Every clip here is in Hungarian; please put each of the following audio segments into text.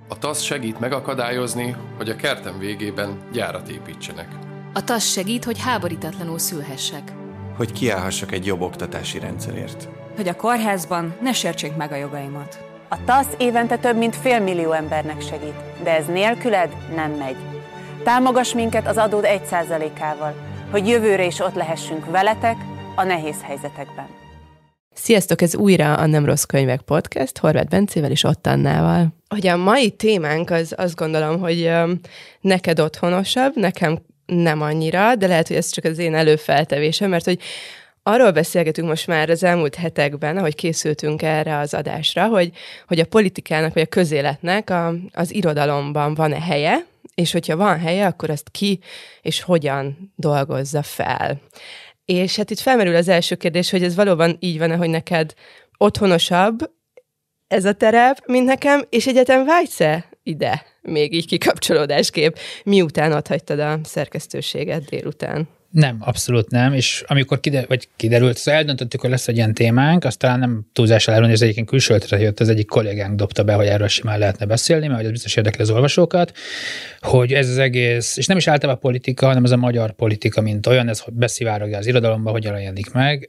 A TASZ segít megakadályozni, hogy a kertem végében gyárat építsenek. A TASZ segít, hogy háborítatlanul szülhessek. Hogy kiállhassak egy jobb oktatási rendszerért. Hogy a kórházban ne sértsék meg a jogaimat. A TASZ évente több mint 500 000 embernek segít, de ez nélküled nem megy. Támogass minket az adód 1%-ával, hogy jövőre is ott lehessünk veletek a nehéz helyzetekben. Sziasztok, ez újra a Nem Rossz Könyvek Podcast, Horváth Bencével és Ott Annával. Hogy a mai témánk az azt gondolom, hogy neked otthonosabb, nekem nem annyira, de lehet, hogy ez csak az én előfeltevésem, mert hogy arról beszélgetünk most már az elmúlt hetekben, ahogy készültünk erre az adásra, hogy a politikának vagy a közéletnek az irodalomban van-e helye, és hogyha van helye, akkor azt ki és hogyan dolgozza fel. És hát itt felmerül az első kérdés, hogy ez valóban így van-e, hogy neked otthonosabb ez a terep, mint nekem, és egyáltalán vágysz-e ide még így kikapcsolódásképp, miután otthagytad a szerkesztőséget délután? Nem, abszolút nem, és amikor kiderült, szóval eldöntöttük, hogy lesz egy ilyen témánk, azt talán nem túlzással elmondani, ez egyébként külsőtre jött, az egyik kollégánk dobta be, hogy erről simán lehetne beszélni, mert ez biztos érdekli az olvasókat, hogy ez az egész, és nem is általában a politika, hanem ez a magyar politika, mint olyan, ez beszivárogja az irodalomba, hogyan jelenik meg,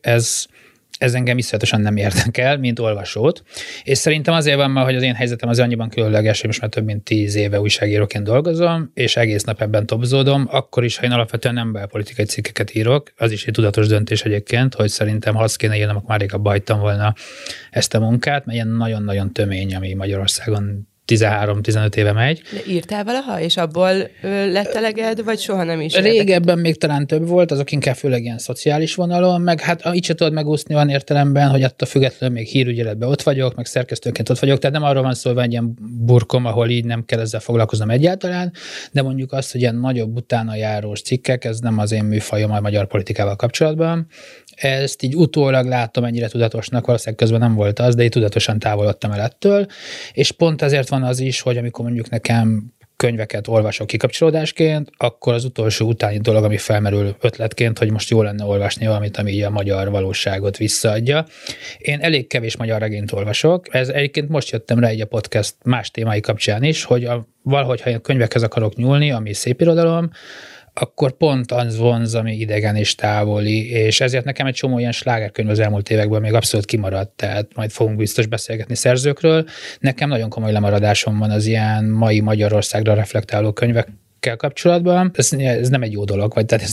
ez engem iszonyatosan nem érdekel, mint olvasót. És szerintem azért van ma, hogy az én helyzetem az annyiban különleges, hogy most már több mint 10 éve újságíróként dolgozom, és egész nap ebben topzódom, akkor is, ha én alapvetően nem belpolitikai cikkeket írok, az is egy tudatos döntés egyébként, hogy szerintem ha azt kéne írnom, akkor már rég abba hagytam volna ezt a munkát, mert ilyen nagyon-nagyon tömény, ami Magyarországon 13-15 éve megy. De írtál valaha, és abból lett eleged, vagy soha nem is? Régebben még talán több volt, azok inkább főleg ilyen szociális vonalon, meg hát így se tudod megúszni van értelemben, hogy attól függetlenül még hírügyeletben ott vagyok, meg szerkesztőként ott vagyok, tehát nem arról van szó, hogy van egy ilyen burkom, ahol így nem kell ezzel foglalkoznom egyáltalán, de mondjuk azt, hogy ilyen nagyobb utána járós cikkek, ez nem az én műfajom a magyar politikával kapcsolatban. Ezt így utólag látom ennyire tudatosnak, valószínűleg közben nem volt az, de így tudatosan távolodtam el ettől, és pont ezért van az is, hogy amikor mondjuk nekem könyveket olvasok kikapcsolódásként, akkor az utolsó utáni dolog, ami felmerül ötletként, hogy most jó lenne olvasni valamit, ami a magyar valóságot visszaadja. Én elég kevés magyar regényt olvasok, ez egyébként most jöttem rá egy a podcast más témái kapcsán is, hogy valahogy, ha könyvekhez akarok nyúlni, ami szép irodalom, akkor pont az vonz, ami idegen és távoli, és ezért nekem egy csomó ilyen slágerkönyv az elmúlt évekből még abszolút kimaradt, tehát majd fogunk biztos beszélgetni szerzőkről. Nekem nagyon komoly lemaradásom van az ilyen mai Magyarországra reflektáló könyvekkel kapcsolatban. Ez nem egy jó dolog, vagy tehát ez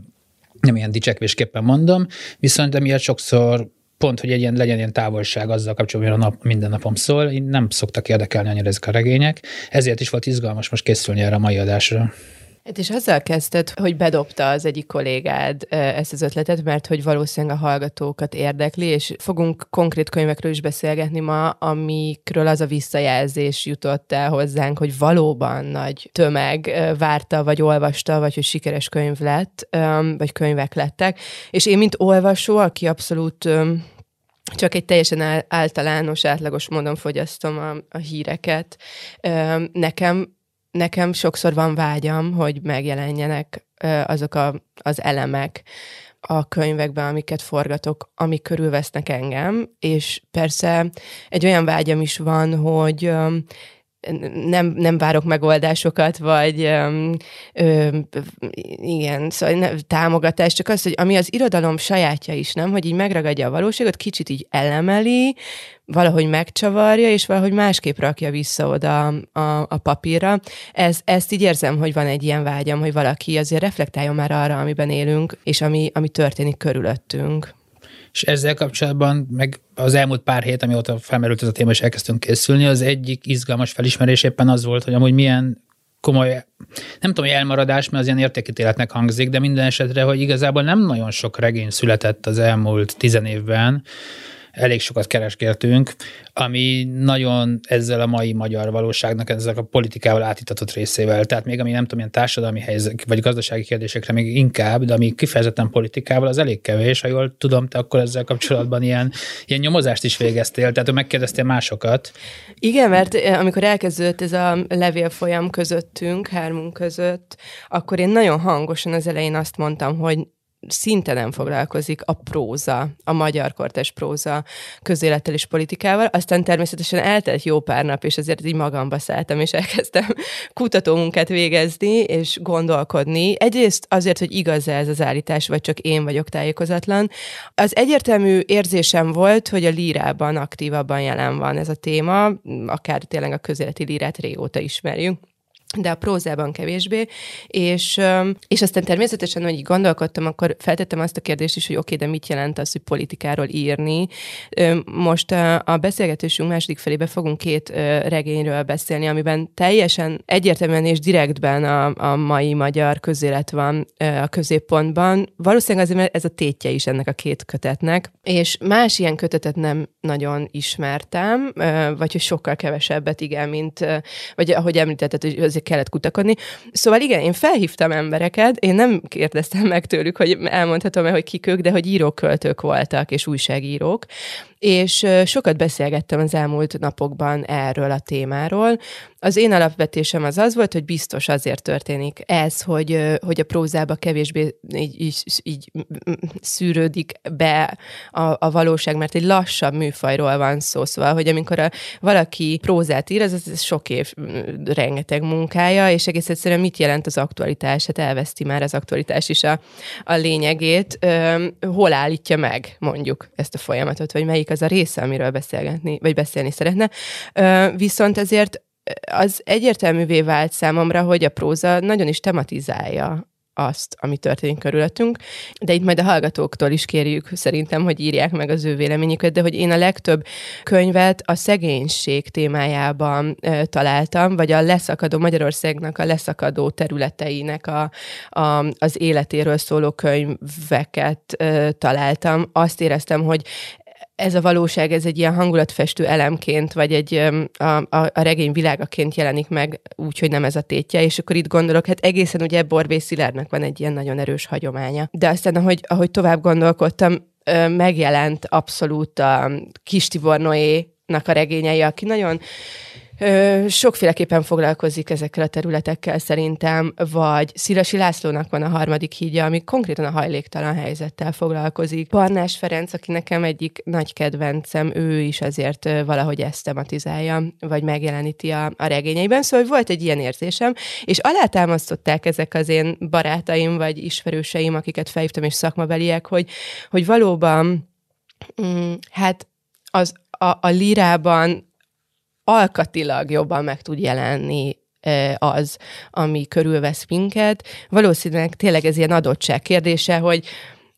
nem ilyen dicsekvésképpen mondom, viszont emiatt sokszor pont, hogy legyen ilyen távolság azzal kapcsolatban, hogy minden napom szól, én nem szoktak érdekelni annyira ezek a regények, ezért is volt izgalmas most készülni erre a mai adásra. Hát és azzal kezdted, hogy bedobta az egyik kollégád ezt az ötletet, mert hogy valószínűleg a hallgatókat érdekli, és fogunk konkrét könyvekről is beszélgetni ma, amikről az a visszajelzés jutott el hozzánk, hogy valóban nagy tömeg várta, vagy olvasta, vagy hogy sikeres könyv lett, vagy könyvek lettek. És én, mint olvasó, aki abszolút csak egy teljesen általános, átlagos módon fogyasztom a híreket, Nekem sokszor van vágyam, hogy megjelenjenek azok az elemek a könyvekben, amiket forgatok, amik körülvesznek engem, és persze egy olyan vágyam is van, hogy nem várok megoldásokat, vagy igen, szóval támogatást, csak az, hogy ami az irodalom sajátja is, nem? Hogy így megragadja a valóságot, kicsit így elemeli, valahogy megcsavarja, és valahogy másképp rakja vissza oda a papírra. Ezt így érzem, hogy van egy ilyen vágyam, hogy valaki azért reflektáljon már arra, amiben élünk, és ami történik körülöttünk. És ezzel kapcsolatban meg az elmúlt pár hét, amióta felmerült ez a téma, és elkezdtünk készülni, az egyik izgalmas felismerés éppen az volt, hogy amúgy milyen komoly, nem tudom, hogy elmaradás, mert az ilyen értékítéletnek hangzik, de minden esetre, hogy igazából nem nagyon sok regény született az elmúlt 10 évben, elég sokat keresgéltünk, ami nagyon ezzel a mai magyar valóságnak, ezzel a politikával átitatott részével. Tehát még ami nem tudom, ilyen társadalmi helyzet, vagy gazdasági kérdésekre még inkább, de ami kifejezetten politikával, az elég kevés. Ha jól tudom, te akkor ezzel kapcsolatban ilyen nyomozást is végeztél, tehát megkérdeztél másokat. Igen, mert amikor elkezdődött ez a levélfolyam közöttünk, hármunk között, akkor én nagyon hangosan az elején azt mondtam, hogy szinte nem foglalkozik a próza, a magyar kortárs próza közélettel és politikával. Aztán természetesen eltelt jó pár nap, és azért így magamba szálltam, és elkezdtem kutatómunkát végezni, és gondolkodni. Egyrészt azért, hogy igaz ez az állítás, vagy csak én vagyok tájékozatlan. Az egyértelmű érzésem volt, hogy a lírában aktívabban jelen van ez a téma, akár tényleg a közéleti lírát régóta ismerjük, de a prózában kevésbé, és aztán természetesen, hogy így gondolkodtam, akkor feltettem azt a kérdést is, hogy oké, de mit jelent az, hogy politikáról írni. Most a beszélgetésünk második felébe fogunk 2 regényről beszélni, amiben teljesen egyértelműen és direktben a mai magyar közélet van a középpontban. Valószínűleg azért, mert ez a tétje is ennek a 2 kötetnek, és más ilyen kötetet nem nagyon ismertem, vagy hogy sokkal kevesebbet, igen, mint, vagy ahogy említetted, hogy azért kellett kutakodni. Szóval igen, én felhívtam embereket, én nem kérdeztem meg tőlük, hogy elmondhatom-e, hogy kik ők, de hogy írók-költők voltak, és újságírók, és sokat beszélgettem az elmúlt napokban erről a témáról. Az én alapvetésem az volt, hogy biztos azért történik ez, hogy a prózába kevésbé így szűrődik be a valóság, mert egy lassabb műfajról van szó. Szóval, hogy amikor valaki prózát ír, az sok év rengeteg munkája, és egész egyszerűen mit jelent az aktualitás? Hát elveszti már az aktualitás is a lényegét. Hol állítja meg, mondjuk, ezt a folyamatot, vagy melyik az a része, amiről beszélgetni, vagy beszélni szeretne. Viszont ezért az egyértelművé vált számomra, hogy a próza nagyon is tematizálja azt, ami történik körülöttünk, de itt majd a hallgatóktól is kérjük szerintem, hogy írják meg az ő véleményüket, de hogy én a legtöbb könyvet a szegénység témájában találtam, vagy a leszakadó Magyarországnak a leszakadó területeinek az életéről szóló könyveket találtam. Azt éreztem, hogy ez a valóság, ez egy ilyen hangulatfestő elemként, vagy a regény világaként jelenik meg úgy, hogy nem ez a tétje, és akkor itt gondolok, hát egészen ugye Borbély Szilárdnak van egy ilyen nagyon erős hagyománya. De aztán, ahogy tovább gondolkodtam, megjelent abszolút a Kis Tibor Noénak a regényei, aki nagyon sokféleképpen foglalkozik ezekkel a területekkel szerintem, vagy Szilasi Lászlónak van a Harmadik hídja, ami konkrétan a hajléktalan helyzettel foglalkozik. Barnás Ferenc, aki nekem egyik nagy kedvencem, ő is azért valahogy ezt tematizálja, vagy megjeleníti a regényeiben, szóval volt egy ilyen érzésem, és alátámasztották ezek az én barátaim, vagy ismerőseim, akiket felhívtam, és szakmabeliek, hogy valóban hát a lírában alkatilag jobban meg tud jelenni az, ami körülvesz minket. Valószínűleg tényleg ez ilyen adottság kérdése, hogy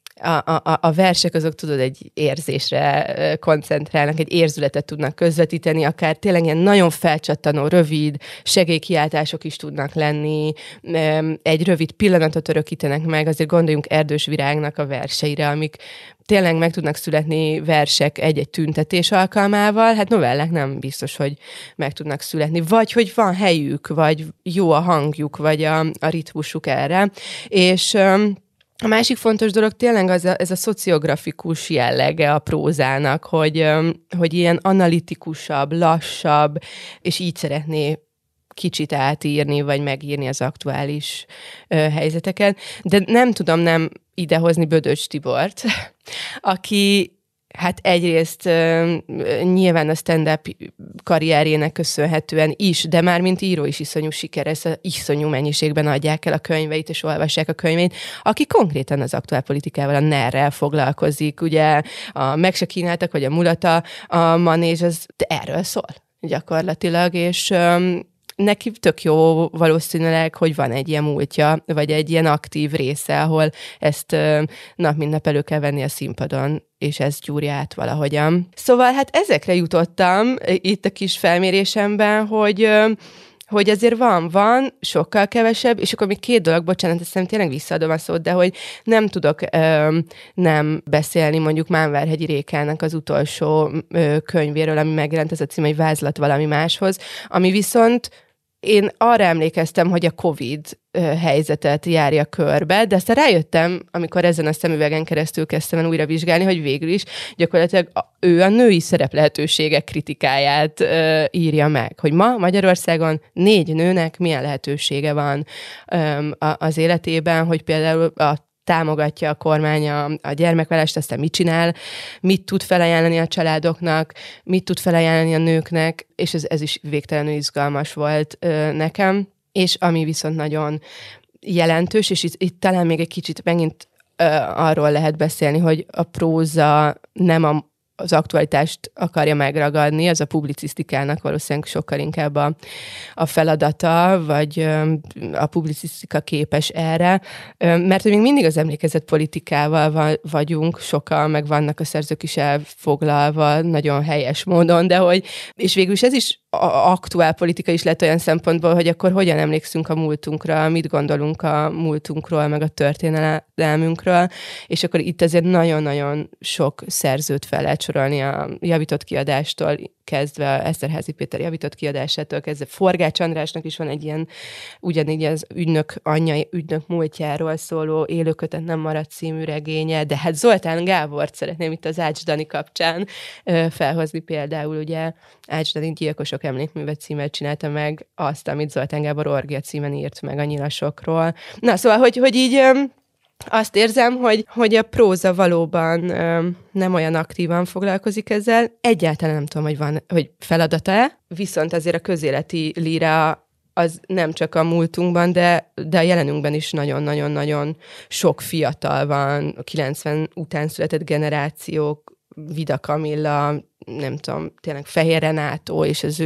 a versek azok, tudod, egy érzésre koncentrálnak, egy érzületet tudnak közvetíteni, akár tényleg ilyen nagyon felcsattanó, rövid segélykiáltások is tudnak lenni, egy rövid pillanatot örökítenek meg, azért gondoljunk Erdős Virágnak a verseire, amik tényleg meg tudnak születni versek egy-egy tüntetés alkalmával, hát novellák nem biztos, hogy meg tudnak születni, vagy hogy van helyük, vagy jó a hangjuk, vagy a ritmusuk erre, és a másik fontos dolog tényleg ez a szociografikus jellege a prózának, hogy ilyen analitikusabb, lassabb, és így szeretné kicsit átírni, vagy megírni az aktuális helyzeteket. De nem tudom nem idehozni Bödöcs Tibort, aki hát egyrészt nyilván a stand-up karrierjének köszönhetően is, de már mint író is iszonyú sikeres, iszonyú mennyiségben adják el a könyveit, és olvassák a könyveit, aki konkrétan az aktuálpolitikával, a NER-rel foglalkozik, ugye a Meg se kínáltak, vagy a Mulata, a Manés, az erről szól gyakorlatilag, és neki tök jó valószínűleg, hogy van egy ilyen múltja, vagy egy ilyen aktív része, ahol ezt nap mint nap elő kell venni a színpadon, és ez gyúrja át valahogyan. Szóval hát ezekre jutottam itt a kis felmérésemben, hogy azért van, sokkal kevesebb, és akkor még 2 dolog, bocsánat, azt hiszem tényleg visszaadom a szót, de hogy nem tudok nem beszélni mondjuk Mánvárhegyi Rékának az utolsó könyvéről, ami megjelent, ez a cím, egy vázlat valami máshoz, ami viszont én arra emlékeztem, hogy a Covid helyzetet járja körbe, de aztán rájöttem, amikor ezen a szemüvegen keresztül kezdtem el újra vizsgálni, hogy végül is gyakorlatilag ő a női szereplehetőségek kritikáját írja meg, hogy ma Magyarországon 4 nőnek milyen lehetősége van az életében, hogy például a támogatja a kormány a gyermekvállalást, aztán mit csinál, mit tud felajánlani a családoknak, mit tud felajánlani a nőknek, és ez is végtelenül izgalmas volt nekem. És ami viszont nagyon jelentős, és itt talán még egy kicsit megint arról lehet beszélni, hogy a próza nem az aktualitást akarja megragadni, az a publicisztikának valószínűleg sokkal inkább a feladata, vagy a publicisztika képes erre, mert még mindig az emlékezett politikával vagyunk sokan, meg vannak a szerzők is elfoglalva nagyon helyes módon, de hogy, és végül is ez is aktuál politika is lett olyan szempontból, hogy akkor hogyan emlékszünk a múltunkra, mit gondolunk a múltunkról, meg a történelmünkről, és akkor itt azért nagyon-nagyon sok szerzőt fel lehet sorolni a javított kiadástól kezdve, Eszterházy Péter javított kiadásától kezdve, Forgács Andrásnak is van egy ilyen, ugyanígy az ügynök anyja, ügynök múltjáról szóló Élőkötet nem maradt című regénye, de hát Zoltán Gábort szeretném itt az Ács Dani kapcsán felhozni például, ugye Ács Dani Gyilkosok emlékműve címmel csinálta meg azt, amit Zoltán Gábor Orgia címen írt meg a nyilasokról. Na, szóval, hogy így azt érzem, hogy a próza valóban nem olyan aktívan foglalkozik ezzel. Egyáltalán nem tudom, hogy feladata-e, viszont azért a közéleti líra az nem csak a múltunkban, de a jelenünkben is nagyon-nagyon-nagyon sok fiatal van, a 90 után született generációk, Vida Kamilla, nem tudom, tényleg Fehér Renátó és az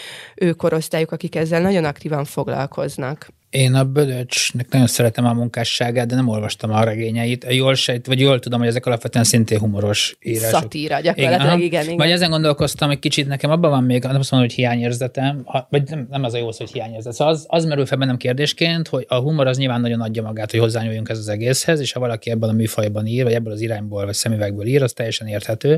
ő korosztályuk, akik ezzel nagyon aktívan foglalkoznak. Én a Bödöcsnek nagyon szeretem a munkásságát, de nem olvastam a regényeit. Jól tudom, hogy ezek alapvetően szintén humoros írások. Szatíra gyakorlatilag, igen. Vagy ezen gondolkoztam, hogy kicsit nekem abban van még, nem azt mondom, hogy hiányérzetem, vagy nem az a jó szó, hogy hiányérzet. Szóval az merül fel bennem kérdésként, hogy a humor az nyilván nagyon adja magát, hogy hozzányúljunk ez az egészhez, és ha valaki ebben a műfajban ír, vagy ebből az irányból, vagy szemüvegből ír, az teljesen érthető.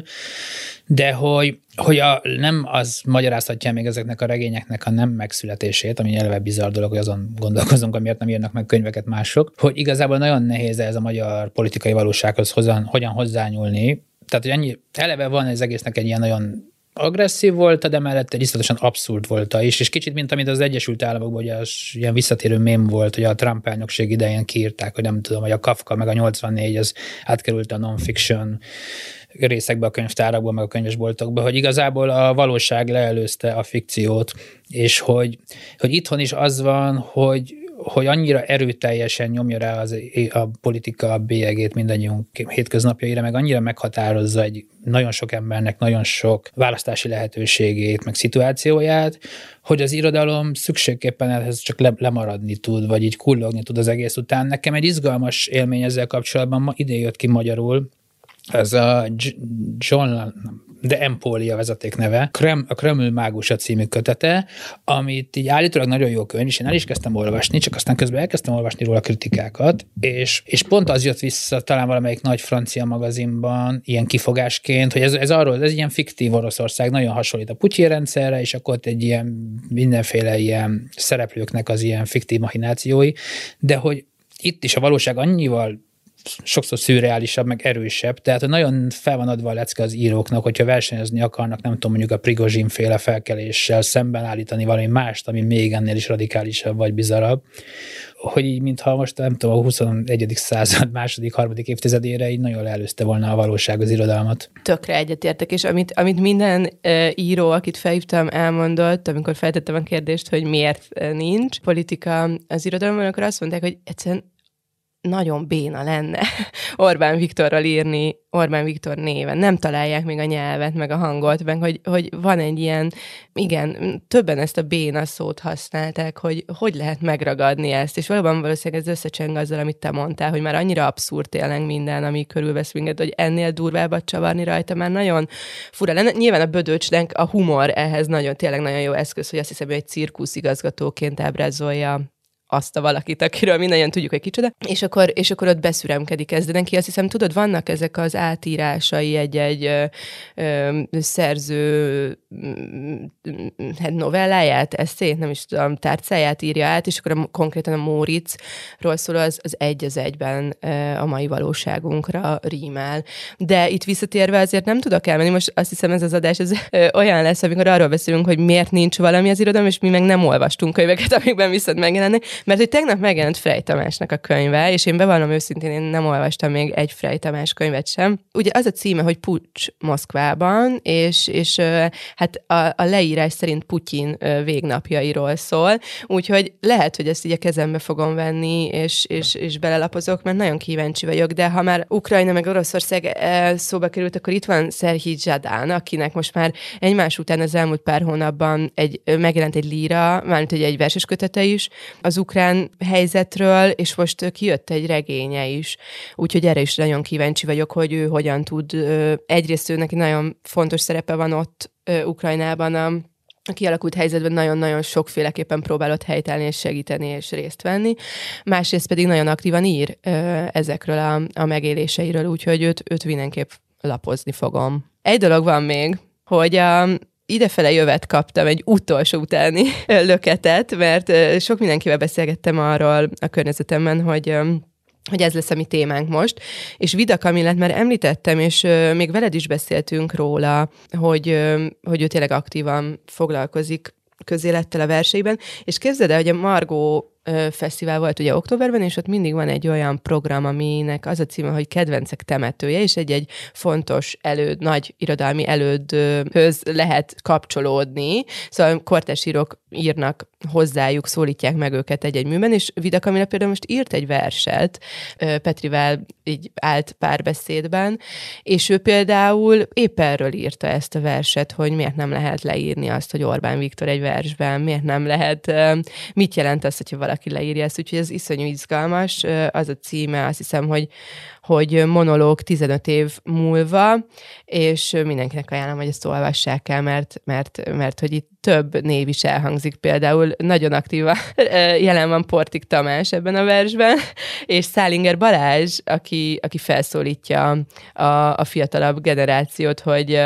De hogy nem az magyarázhatja még ezeknek a regényeknek a nem megszületését, ami eleve bizarr dolog, hogy azon gondolkozunk, amiért nem írnak meg könyveket mások, hogy igazából nagyon nehéz ez a magyar politikai valósághoz hogyan hozzányúlni. Tehát, hogy eleve van az egésznek egy ilyen nagyon agresszív volt, de mellett egy iszonyatosan abszurd volt is, és kicsit, mint amit az Egyesült Államokban, ugye az ilyen visszatérő mém volt, hogy a Trump elnökség idején kiírták, hogy nem tudom, hogy a Kafka meg a 84, az átkerült a non-fiction részekbe a könyvtárakba, meg a könyvesboltokba, hogy igazából a valóság leelőzte a fikciót, és hogy itthon is az van, hogy annyira erőteljesen nyomja rá a politika a bélyegét mindannyiunk hétköznapjaira, meg annyira meghatározza egy nagyon sok embernek nagyon sok választási lehetőségét, meg szituációját, hogy az irodalom szükségképpen ehhez csak lemaradni tud, vagy így kullogni tud az egész után. Nekem egy izgalmas élmény ezzel kapcsolatban, idén jött ki magyarul, ez a John de Empólia vezetékneve, a Kreml mágusa című kötete, amit így állítólag nagyon jó könyv, és én el is kezdtem olvasni, csak aztán közben elkezdtem olvasni róla kritikákat, és pont az jött vissza talán valamelyik nagy francia magazinban ilyen kifogásként, hogy ez ilyen fiktív Oroszország, nagyon hasonlít a Putyin rendszerre, és akkor ott egy ilyen mindenféle ilyen szereplőknek az ilyen fiktív machinációi, de hogy itt is a valóság annyival sokszor szürreálisabb, meg erősebb, tehát hogy nagyon fel van adva a lecke az íróknak, hogyha versenyezni akarnak, nem tudom, mondjuk a Prigozsin-féle felkeléssel szemben állítani valami mást, ami még ennél is radikálisabb, vagy bizarabb, hogy így, mintha most, nem tudom, a 21. század második, harmadik évtizedére így nagyon leelőzte volna a valóság az irodalmat. Tökre egyetértek, és amit minden író, akit felhívtam, elmondott, amikor feltettem a kérdést, hogy miért nincs politika az irodalomban, akkor azt mondták, hogy egyszerűen nagyon béna lenne Orbán Viktorral írni, Orbán Viktor néven. Nem találják még a nyelvet, meg a hangot, meg hogy van egy ilyen, igen, többen ezt a béna szót használták, hogy lehet megragadni ezt, és valószínűleg ez összecseng azzal, amit te mondtál, hogy már annyira abszurd tényleg minden, ami körülvesz minket, hogy ennél durvábbat csavarni rajta már nagyon fura lenne. Nyilván a Bödöcsnek a humor ehhez tényleg nagyon jó eszköz, hogy azt hiszem, hogy egy cirkusz igazgatóként ábrázolja azt a valakit, akiről mindannyian tudjuk, hogy kicsoda, és akkor ott beszüremkedik ez, de neki azt hiszem, tudod, vannak ezek az átírásai egy szerző novelláját, eszét, nem is tudom, tárcáját írja át, és akkor konkrétan a Móriczról szól, az egy az egyben a mai valóságunkra rímel. De itt visszatérve azért nem tudok elmenni, most azt hiszem ez az adás ez olyan lesz, amikor arról beszélünk, hogy miért nincs valami az irodalom, és mi meg nem olvastunk könyveket, amikben viszont megjelennek. Mert hogy tegnap megjelent Frey Tamásnak a könyve, és én bevallom őszintén, én nem olvastam még egy Frey Tamás könyvet sem. Ugye az a címe, hogy Puccs Moszkvában, és hát a leírás szerint Putyin végnapjairól szól, úgyhogy lehet, hogy ezt így a kezembe fogom venni, és belelapozok, mert nagyon kíváncsi vagyok, de ha már Ukrajna meg Oroszország szóba került, akkor itt van Szerhij Zsadán, akinek most már egymás után az elmúlt pár hónapban megjelent egy líra, mármint egy verses kötete is az ukrán helyzetről, és most kijött egy regénye is. Úgyhogy erre is nagyon kíváncsi vagyok, hogy ő hogyan tud. Egyrészt ő neki nagyon fontos szerepe van ott Ukrajnában a kialakult helyzetben, nagyon-nagyon sokféleképpen próbálott helytállni és segíteni és részt venni. Másrészt pedig nagyon aktívan ír ezekről a megéléseiről, úgyhogy őt mindenképp lapozni fogom. Egy dolog van még, hogy idefele jövet kaptam egy utolsó utáni löketet, mert sok mindenkivel beszélgettem arról a környezetemben, hogy ez lesz a mi témánk most, és Vida Kamillát már említettem, és még veled is beszéltünk róla, hogy ő tényleg aktívan foglalkozik közélettel a verseiben, és képzeld el, hogy a Margó fesztivál volt ugye októberben, és ott mindig van egy olyan program, aminek az a címe, hogy Kedvencek temetője, és egy fontos nagy irodalmi elődhöz lehet kapcsolódni. Szóval kortárs írók írnak hozzájuk, szólítják meg őket egy műben, és Vida Kamilla például most írt egy verset, Petrivel így állt párbeszédben, és ő például épp erről írta ezt a verset, hogy miért nem lehet leírni azt, hogy Orbán Viktor egy versben, miért nem lehet, mit jelent az, hogyha valaki leírja ezt, úgyhogy ez iszonyú izgalmas. Az a címe, azt hiszem, hogy monológ 15 év múlva, és mindenkinek ajánlom, hogy ezt olvassák el, mert hogy itt több név is elhangzik. Például nagyon aktívan jelen van Portik Tamás ebben a versben, és Szálinger Balázs, aki felszólítja a fiatalabb generációt, hogy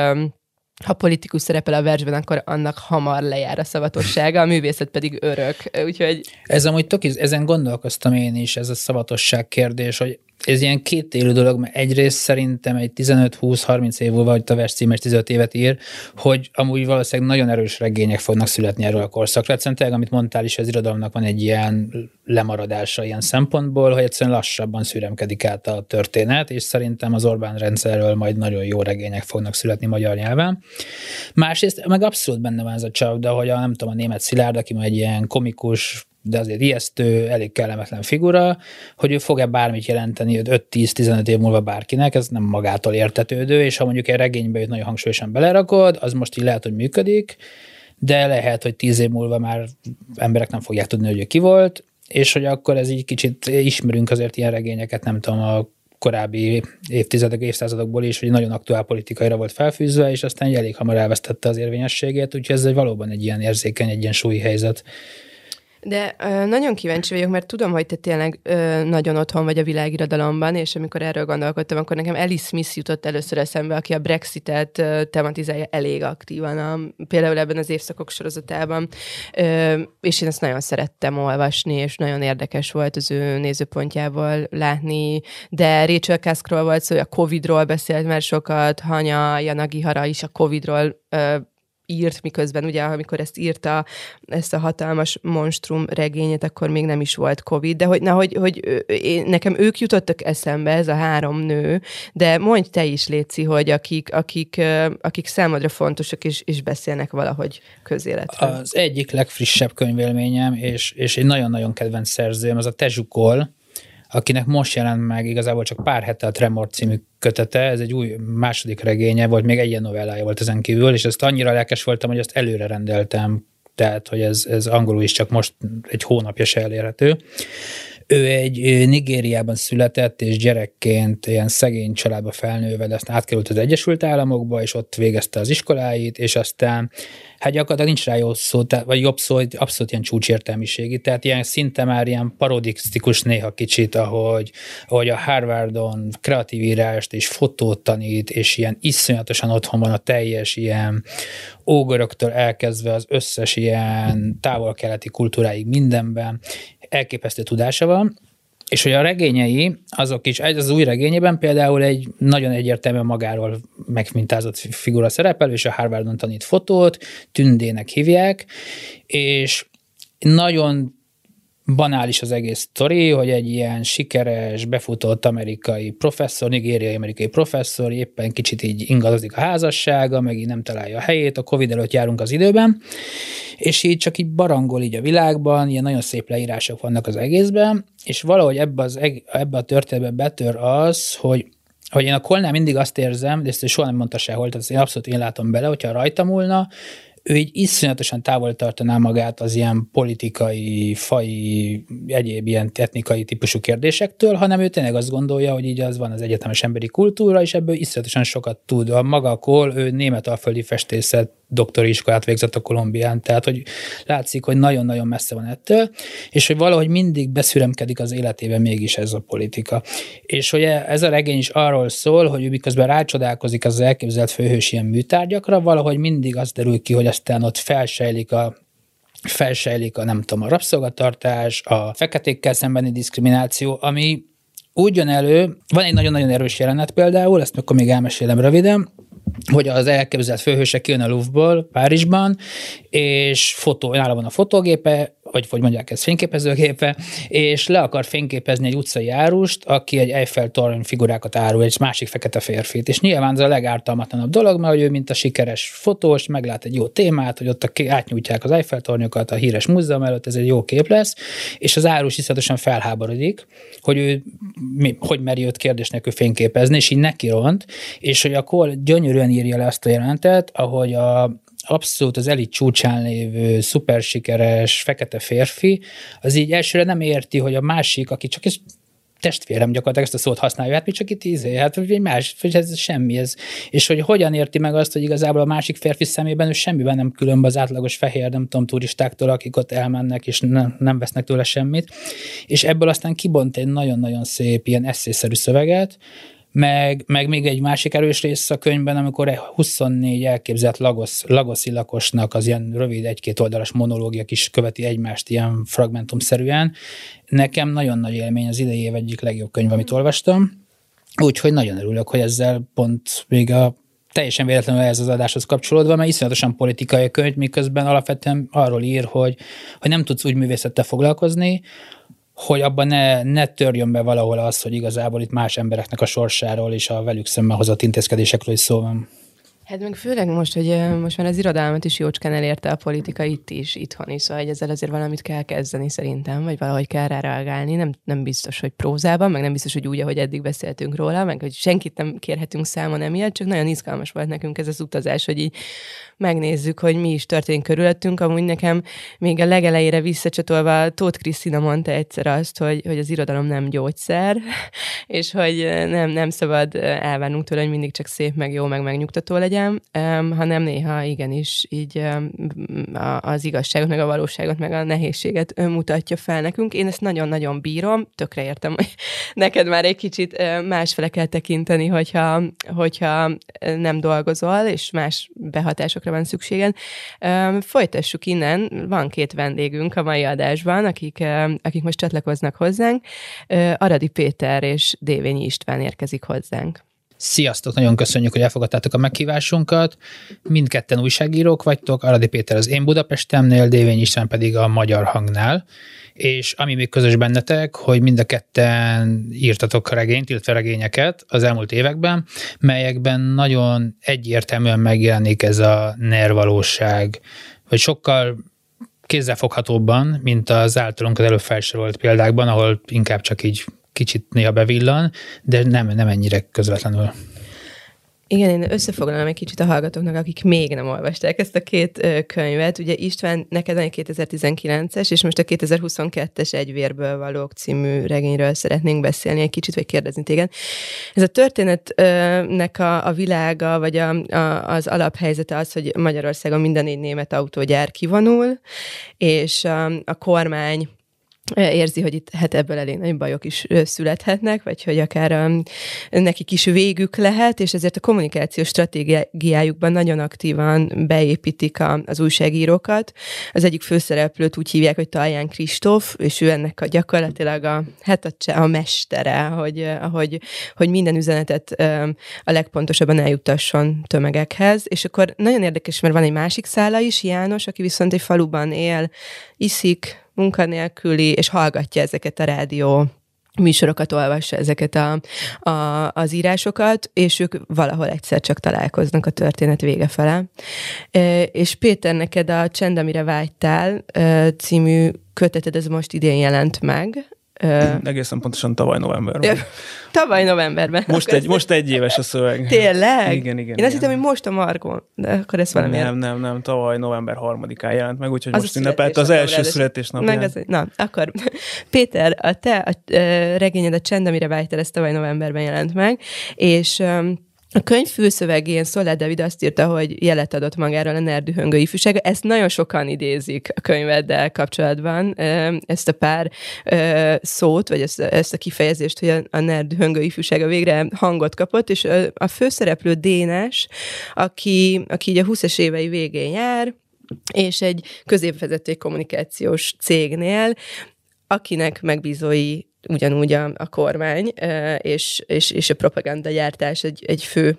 ha politikus szerepel a versben, akkor annak hamar lejár a szavatossága, a művészet pedig örök. Úgyhogy... Ez amúgy ezen gondolkoztam én is, ez a szavatosság kérdés, hogy ez ilyen kétélű dolog, mert egyrészt szerintem egy 15-20-30 év múlva, hogy a vers címes 15 évet ír, hogy amúgy valószínűleg nagyon erős regények fognak születni erről a korszakra. Egyszerűen, amit mondtál is, az irodalomnak van egy ilyen lemaradása ilyen szempontból, hogy egyszerűen lassabban szüremkedik át a történet, és szerintem az Orbán rendszerről majd nagyon jó regények fognak születni magyar nyelven. Másrészt meg abszolút benne van ez a csapda, hogy nem tudom, a Németh Szilárd, aki majd egy ilyen komikus, de azért ijesztő, elég kellemetlen figura, hogy ő fog-e bármit jelenteni 5-10-15 év múlva bárkinek, ez nem magától értetődő, és ha mondjuk egy regénybe őt nagyon hangsúlyosan belerakod, az most így lehet, hogy működik, de lehet, hogy 10 év múlva már emberek nem fogják tudni, hogy ő ki volt, és hogy akkor ez így kicsit ismerünk azért ilyen regényeket, nem tudom, a korábbi évszázadokból is, hogy nagyon aktuál politikaira volt felfűzve, és aztán elég hamar elvesztette az érvényességét, úgyhogy ez valóban egy ilyen érzékeny, egy ilyen súlyhelyzet. De nagyon kíváncsi vagyok, mert tudom, hogy te tényleg nagyon otthon vagy a világirodalomban, és amikor erről gondolkodtam, akkor nekem Alice Smith jutott először eszembe, aki a Brexitet tematizálja elég aktívan, például ebben az Évszakok sorozatában, és én ezt nagyon szerettem olvasni, és nagyon érdekes volt az ő nézőpontjából látni, de Rachel Cuskról volt szó, hogy a Covid-ról beszélt már sokat, Hanya Yanagihara is a Covid-ról írt, miközben ugye, amikor ezt írta, ezt a hatalmas monstrum regényét, akkor még nem is volt Covid, de nekem ők jutottak eszembe, ez a 3 nő, de mondj te is, Léci, hogy akik számodra fontosak, és beszélnek valahogy közéletről. Az egyik legfrissebb könyvélményem, és egy nagyon-nagyon kedvenc szerzőm, az a Tezsukol, akinek most jelent meg igazából csak pár hete a Tremor című kötete, ez egy új második regénye volt, még egy ilyen novellája volt ezen kívül, és ezt annyira lelkes voltam, hogy ezt előre rendeltem, tehát, hogy ez angolul is csak most egy hónapja se elérhető. Ő egy Nigériában született, és gyerekként ilyen szegény családba felnőve, de aztán átkerült az Egyesült Államokba, és ott végezte az iskoláit, és aztán hát gyakorlatilag nincs rá jó szó, vagy jobb szó, hogy abszolút ilyen csúcsértelmiségi, tehát ilyen szinte már ilyen parodisztikus néha kicsit, ahogy a Harvardon kreatív írást és fotót tanít, és ilyen iszonyatosan otthon van a teljes ilyen ógöröktől elkezdve az összes ilyen távol-keleti kultúráig mindenben, elképesztő tudása van, és hogy a regényei, azok is, az új regényében például egy nagyon egyértelműen magáról megmintázott figura szerepel, és a Harvardon tanít fotót, Tündének hívják, és nagyon banális az egész sztori, hogy egy ilyen sikeres, befutott amerikai professzor, nigériai amerikai professzor, éppen kicsit így ingadozik a házassága, meg így nem találja a helyét, a Covid előtt járunk az időben, és így csak így barangol így a világban, ilyen nagyon szép leírások vannak az egészben, és valahogy ebbe a történetbe betör az, hogy én a Cole-nál mindig azt érzem, de ezt soha nem mondta sehol, tehát én látom bele, hogyha rajta múlna, ő így iszonyatosan távol tartaná magát az ilyen politikai, faji, egyéb ilyen etnikai típusú kérdésektől, hanem ő tényleg azt gondolja, hogy így az van az egyetemes emberi kultúra, és ebből iszonyatosan sokat tud. A maga Cole, ő németalföldi festészet doktori iskolát végzett a Kolumbián, tehát hogy látszik, hogy nagyon-nagyon messze van ettől, és hogy valahogy mindig beszüremkedik az életében mégis ez a politika. És hogy ez a regény is arról szól, hogy ő miközben rácsodálkozik az elképzelt főhős ilyen műtárgyakra, valahogy mindig az derül ki, hogy aztán ott felsejlik a nem tudom, a rabszolgatartás, a feketékkel szembeni diszkrimináció, ami úgy jön elő, van egy nagyon-nagyon erős jelenet például, ezt akkor még elmesélem röviden, hogy az elképzelt főhőse kijön a Louvre-ból, Párizsban, és nála van a fotógépe, vagy mondják ezt fényképezőgépe, és le akar fényképezni egy utcai árust, aki egy Eiffel-torony figurákat árul, egy másik fekete férfit. És nyilván ez a legártalmatlanabb dolog, mert hogy ő, mint a sikeres fotós, meglát egy jó témát, hogy ott átnyújtják az Eiffel-tornyokat a híres múzeum előtt, ez egy jó kép lesz, és az árus iszonyatosan felháborodik, hogy ő hogy meri őt kérdés nélkül fényképezni, és így nekiront, és hogy akkor gyönyörűen írja le azt a jelentet, ahogy abszolút az elit csúcsán lévő, szupersikeres, fekete férfi, az így elsőre nem érti, hogy a másik, aki csak testvérem gyakorlatilag ezt a szót használja, hát mi csak itt hát egy más, hogy ez semmi ez. És hogy hogyan érti meg azt, hogy igazából a másik férfi szemében ő semmiben nem különb az átlagos fehér, nem tudom, turistáktól, akik ott elmennek, és nem vesznek tőle semmit. És ebből aztán kibont egy nagyon-nagyon szép ilyen esszészerű szöveget, meg még egy másik erős rész a könyvben, amikor 24 elképzelt lagoszi lakosnak az ilyen rövid egy-két oldalas monológia is követi egymást ilyen fragmentumszerűen. Nekem nagyon nagy élmény, az idei év egyik legjobb könyv, amit olvastam. Úgyhogy nagyon örülök, hogy ezzel pont még teljesen véletlenül ez az adáshoz kapcsolódva, mert iszonyatosan politikai könyv, miközben alapvetően arról ír, hogy nem tudsz úgy művészettel foglalkozni, hogy abban ne törjön be valahol az, hogy igazából itt más embereknek a sorsáról és a velük szemben hozott intézkedésekről is szó van. Hát meg főleg most, hogy most már az irodalmat is jócskán elérte a politika itt is, itthon is, szóval ezzel azért valamit kell kezdeni szerintem, vagy valahogy kell rá reagálni. Nem biztos, hogy prózában, meg nem biztos, hogy úgy, ahogy eddig beszéltünk róla, meg hogy senkit nem kérhetünk számon emiatt, csak nagyon izgalmas volt nekünk ez az utazás, hogy így megnézzük, hogy mi is történik körülöttünk. Amúgy nekem még a legelejére visszacsatolva Tóth Krisztina mondta egyszer azt, hogy az irodalom nem gyógyszer, és hogy nem szabad elvárnunk tőle, hogy mindig csak szép, meg jó, meg megnyugtató legyen, hanem néha igenis így az igazságot, meg a valóságot, meg a nehézséget mutatja fel nekünk. Én ezt nagyon-nagyon bírom, tökre értem, hogy neked már egy kicsit másfele kell tekinteni, hogyha nem dolgozol, és más behatásokra van szükségen. Folytassuk innen, van 2 vendégünk a mai adásban, akik most csatlakoznak hozzánk. Aradi Péter és Dévényi István érkezik hozzánk. Sziasztok, nagyon köszönjük, hogy elfogadtátok a meghívásunkat. Mindketten újságírók vagytok, Aradi Péter az Én Budapestemnél, Dévényi István pedig a Magyar Hangnál. És ami még közös bennetek, hogy mind a ketten írtatok regényt, illetve regényeket az elmúlt években, melyekben nagyon egyértelműen megjelenik ez a NER valóság, vagy sokkal kézzelfoghatóbban, mint az általunk az előbb felsorolt példákban, ahol inkább csak így kicsit néha bevillan, de nem ennyire közvetlenül. Igen, én összefoglalom egy kicsit a hallgatóknak, akik még nem olvasták ezt a 2 könyvet. Ugye István, neked van egy 2019-es, és most a 2022-es Egy vérből valók című regényről szeretnénk beszélni egy kicsit, vagy kérdezni téged. Ez a történetnek a világa, vagy az alaphelyzete az, hogy Magyarországon minden 4 német autógyár kivonul, és a kormány érzi, hogy itt ebből elég nagy bajok is születhetnek, vagy hogy akár nekik is végük lehet, és ezért a kommunikációs stratégiájukban nagyon aktívan beépítik az újságírókat. Az egyik főszereplőt úgy hívják, hogy Talján Kristóf, és ő ennek gyakorlatilag a mestere, hogy minden üzenetet a legpontosabban eljuttasson tömegekhez, és akkor nagyon érdekes, mert van egy másik szála is, János, aki viszont egy faluban él, iszik, munkanélküli, és hallgatja ezeket a rádió műsorokat, olvassa ezeket az írásokat, és ők valahol egyszer csak találkoznak a történet vége fele. És Péter, neked a Csend, amire vágytál című köteted, ez most idén jelent meg. Egészen pontosan tavaly novemberben. Tavaly novemberben. Most egy éves a szöveg. Tényleg? Igen. Én azt hittem, hogy most a Margon, de akkor ez valami. Nem, tavaly november 3-án jelent meg, úgyhogy az most ünnepelt az első születésnapján. Na, akkor Péter, a te regényed, a Csend, amire vágytál, ez tavaly novemberben jelent meg, és a könyv fülszövegén Szolád Dávid azt írta, hogy jelet adott magáról a NER dühöngő ifjúsága. Ezt nagyon sokan idézik a könyveddel kapcsolatban, ezt a pár szót, vagy ezt a kifejezést, hogy a NER dühöngő ifjúsága végre hangot kapott, és a főszereplő Dénes, aki így a 20-es évei végén jár, és egy középvezető kommunikációs cégnél, akinek megbízói ugyanúgy a kormány, és a propagandagyártás egy fő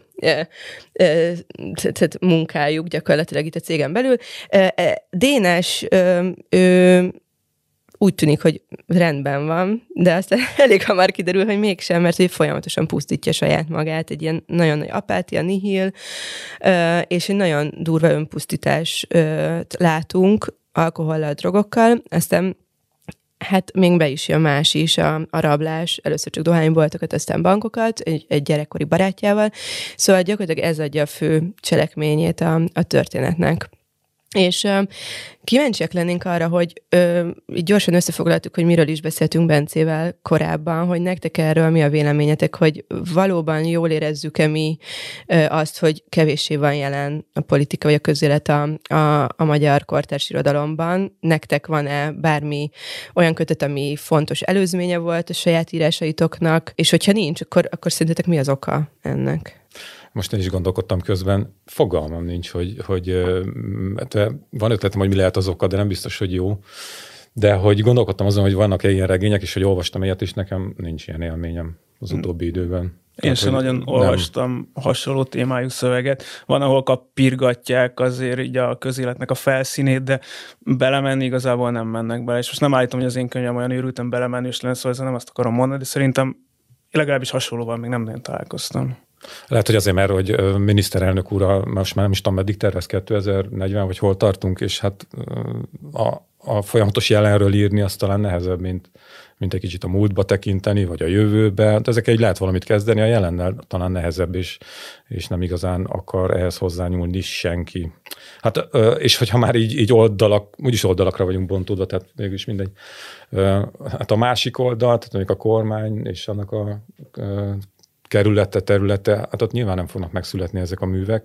munkájuk gyakorlatilag itt a cégen belül. Dénes, ő úgy tűnik, hogy rendben van, de aztán elég hamar kiderül, hogy mégsem, mert hogy folyamatosan pusztítja saját magát, egy ilyen nagyon nagy apátia, nihil, és egy nagyon durva önpusztítást látunk alkohollal, drogokkal, aztán hát még be is jön más is, a rablás, először csak dohányboltokat, aztán bankokat, egy gyerekkori barátjával, szóval gyakorlatilag ez adja a fő cselekményét a történetnek. És kíváncsiak lennénk arra, hogy így gyorsan összefoglaltuk, hogy miről is beszéltünk Bencével korábban, hogy nektek erről mi a véleményetek, hogy valóban jól érezzük-e mi azt, hogy kevéssé van jelen a politika vagy a közélet a magyar kortárs irodalomban. Nektek van-e bármi olyan kötet, ami fontos előzménye volt a saját írásaitoknak, és hogyha nincs, akkor szerintetek mi az oka ennek? Most én is gondolkodtam közben, fogalmam nincs, hogy van ötletem, hogy mi lehet az oka, de nem biztos, hogy jó. De hogy gondolkodtam azon, hogy vannak-e ilyen regények, és hogy olvastam ilyet, és nekem nincs ilyen élményem az utóbbi időben. Én sem nagyon olvastam hasonló témájú szöveget. Van, ahol pirgatják azért így a közéletnek a felszínét, de belemenni igazából nem mennek bele. És most nem állítom, hogy az én könyvem olyan őrültem belemenni, és lenne, szóval nem azt akarom mondani, de szerintem legalábbis hasonlóval még nem nagyon találkoztam. Lehet, hogy azért, mert hogy miniszterelnök úr, most már nem is tudom, meddig tervez, 2040, vagy hol tartunk, és hát a folyamatos jelenről írni az talán nehezebb, mint egy kicsit a múltba tekinteni, vagy a jövőbe. De ezekkel így lehet valamit kezdeni, a jelennel talán nehezebb, és nem igazán akar ehhez hozzányúlni senki. Hát, és hogyha már így úgyis oldalakra vagyunk bontódva, tehát mégis mindegy. Hát a másik oldal, tehát mondjuk a kormány és annak a területe, hát ott nyilván nem fognak megszületni ezek a művek,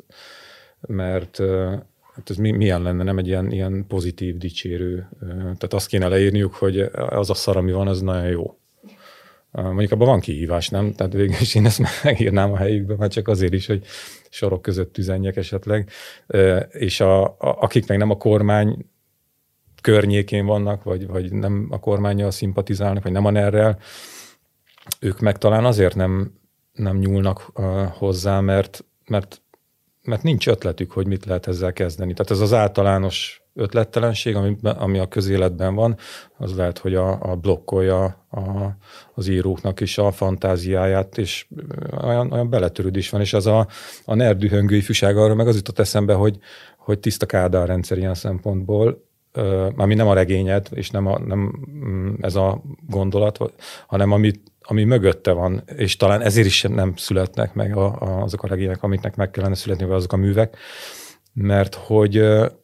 mert hát ez milyen lenne, nem egy ilyen pozitív, dicsérő. Tehát azt kéne leírniuk, hogy az a szar, ami van, az nagyon jó. Mondjuk abban van kihívás, nem? Tehát végül is én ezt megírnám a helyükbe, már csak azért is, hogy sorok között tüzenjek esetleg. És akik meg nem a kormány környékén vannak, vagy nem a kormánnyal szimpatizálnak, vagy nem a NER-rel, ők meg talán azért nem nyúlnak hozzá, mert nincs ötletük, hogy mit lehet ezzel kezdeni. Tehát ez az általános ötlettelenség, ami a közéletben van, az lehet, hogy a blokkolja az íróknak is a fantáziáját, és olyan beletörődés van, és ez a NER dühöngő ifjúság, arra meg az jutott eszembe, hogy tiszta Kádár rendszer ilyen szempontból, ami nem a regényed, és nem ez a gondolat, hanem ami mögötte van, és talán ezért is nem születnek meg azok a regények, amiknek meg kellene születni, vagy azok a művek, mert hogy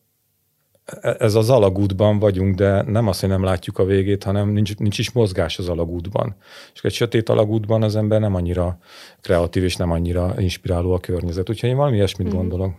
ez az alagútban vagyunk, de nem az, hogy nem látjuk a végét, hanem nincs is mozgás az alagútban. És egy sötét alagútban az ember nem annyira kreatív, és nem annyira inspiráló a környezet. Úgyhogy én valami ilyesmit gondolok.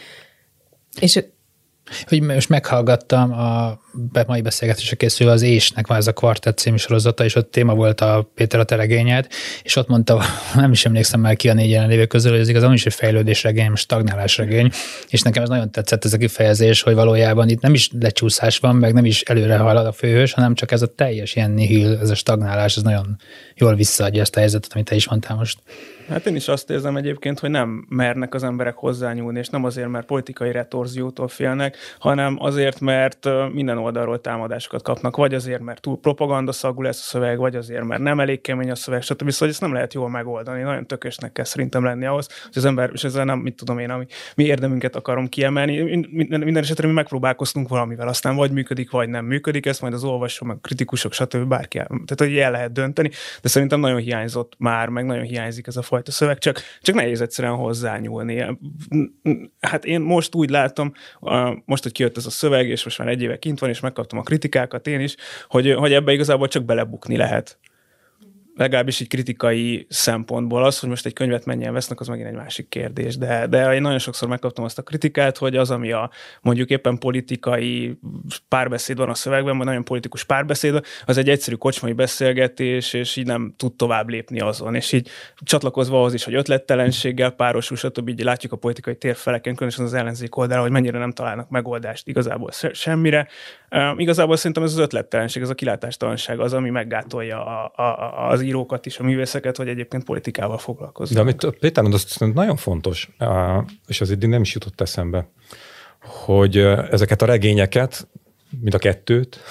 És hogy most meghallgattam a mai beszélgetésre készülve az Ésnek van ez a Kvartett című sorozata, és ott téma volt a Péter a te regényed, és ott mondta, nem is emlékszem már ki a 4 jelenlévő közül, hogy ez igazából is egy fejlődés regény, stagnálás regény, és nekem ez nagyon tetszett ez a kifejezés, hogy valójában itt nem is lecsúszás van, meg nem is előre halad a főhős, hanem csak ez a teljes ilyen nihil, ez a stagnálás, ez nagyon jól visszaadja ezt a helyzetet, amit te is mondtál most. Hát én is azt érzem egyébként, hogy nem mernek az emberek hozzányúlni, és nem azért, mert politikai retorziótól félnek, hanem azért, mert minden oldalról támadásokat kapnak, vagy azért, mert túl propagandaszagú lesz a szöveg, vagy azért, mert nem elég kemény a szöveg, stb. Szóval ezt nem lehet jól megoldani. Nagyon tökösnek kell szerintem lenni ahhoz, hogy az ember, és ezzel nem, mit tudom én, mi érdemünket akarom kiemelni. Minden esetre mi megpróbálkoztunk valamivel, aztán vagy működik, vagy nem működik, ezt majd az olvasó, meg kritikusok, stb. Bárki, tehát hogy el lehet dönteni, de szerintem nagyon hiányzott már, meg nagyon hiányzik ez a fajta szöveg, csak nehéz egyszerűen hozzányúlni. Hát én most úgy látom, most, hogy kijött ez a szöveg, és most már egy éve kint van, és megkaptam a kritikákat én is, hogy ebbe igazából csak belebukni lehet. Legalábbis így kritikai szempontból az, hogy most egy könyvet mennyien vesznek, az megint egy másik kérdés. De én nagyon sokszor megkaptam azt a kritikát, hogy az, ami mondjuk éppen politikai párbeszéd van a szövegben, vagy nagyon politikus párbeszéd, az egy egyszerű kocsmai beszélgetés, és így nem tud tovább lépni azon. És így csatlakozva ahhoz is, hogy ötlettelenséggel párosul, stb. Így látjuk a politikai térfeleken, különösen az ellenzék oldalra, hogy mennyire nem találnak megoldást igazából semmire. Igazából szerintem ez az ötlettelenség, ez a kilátástalanság az, ami meggátolja az írókat is, a művészeket, hogy egyébként politikával foglalkoznak. De amit Péter mond, az nagyon fontos, és az eddig nem is jutott eszembe, hogy ezeket a regényeket, mint a kettőt,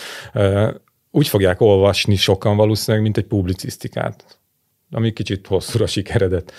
úgy fogják olvasni sokan valószínűleg, mint egy publicisztikát, ami kicsit hosszúra sikeredett,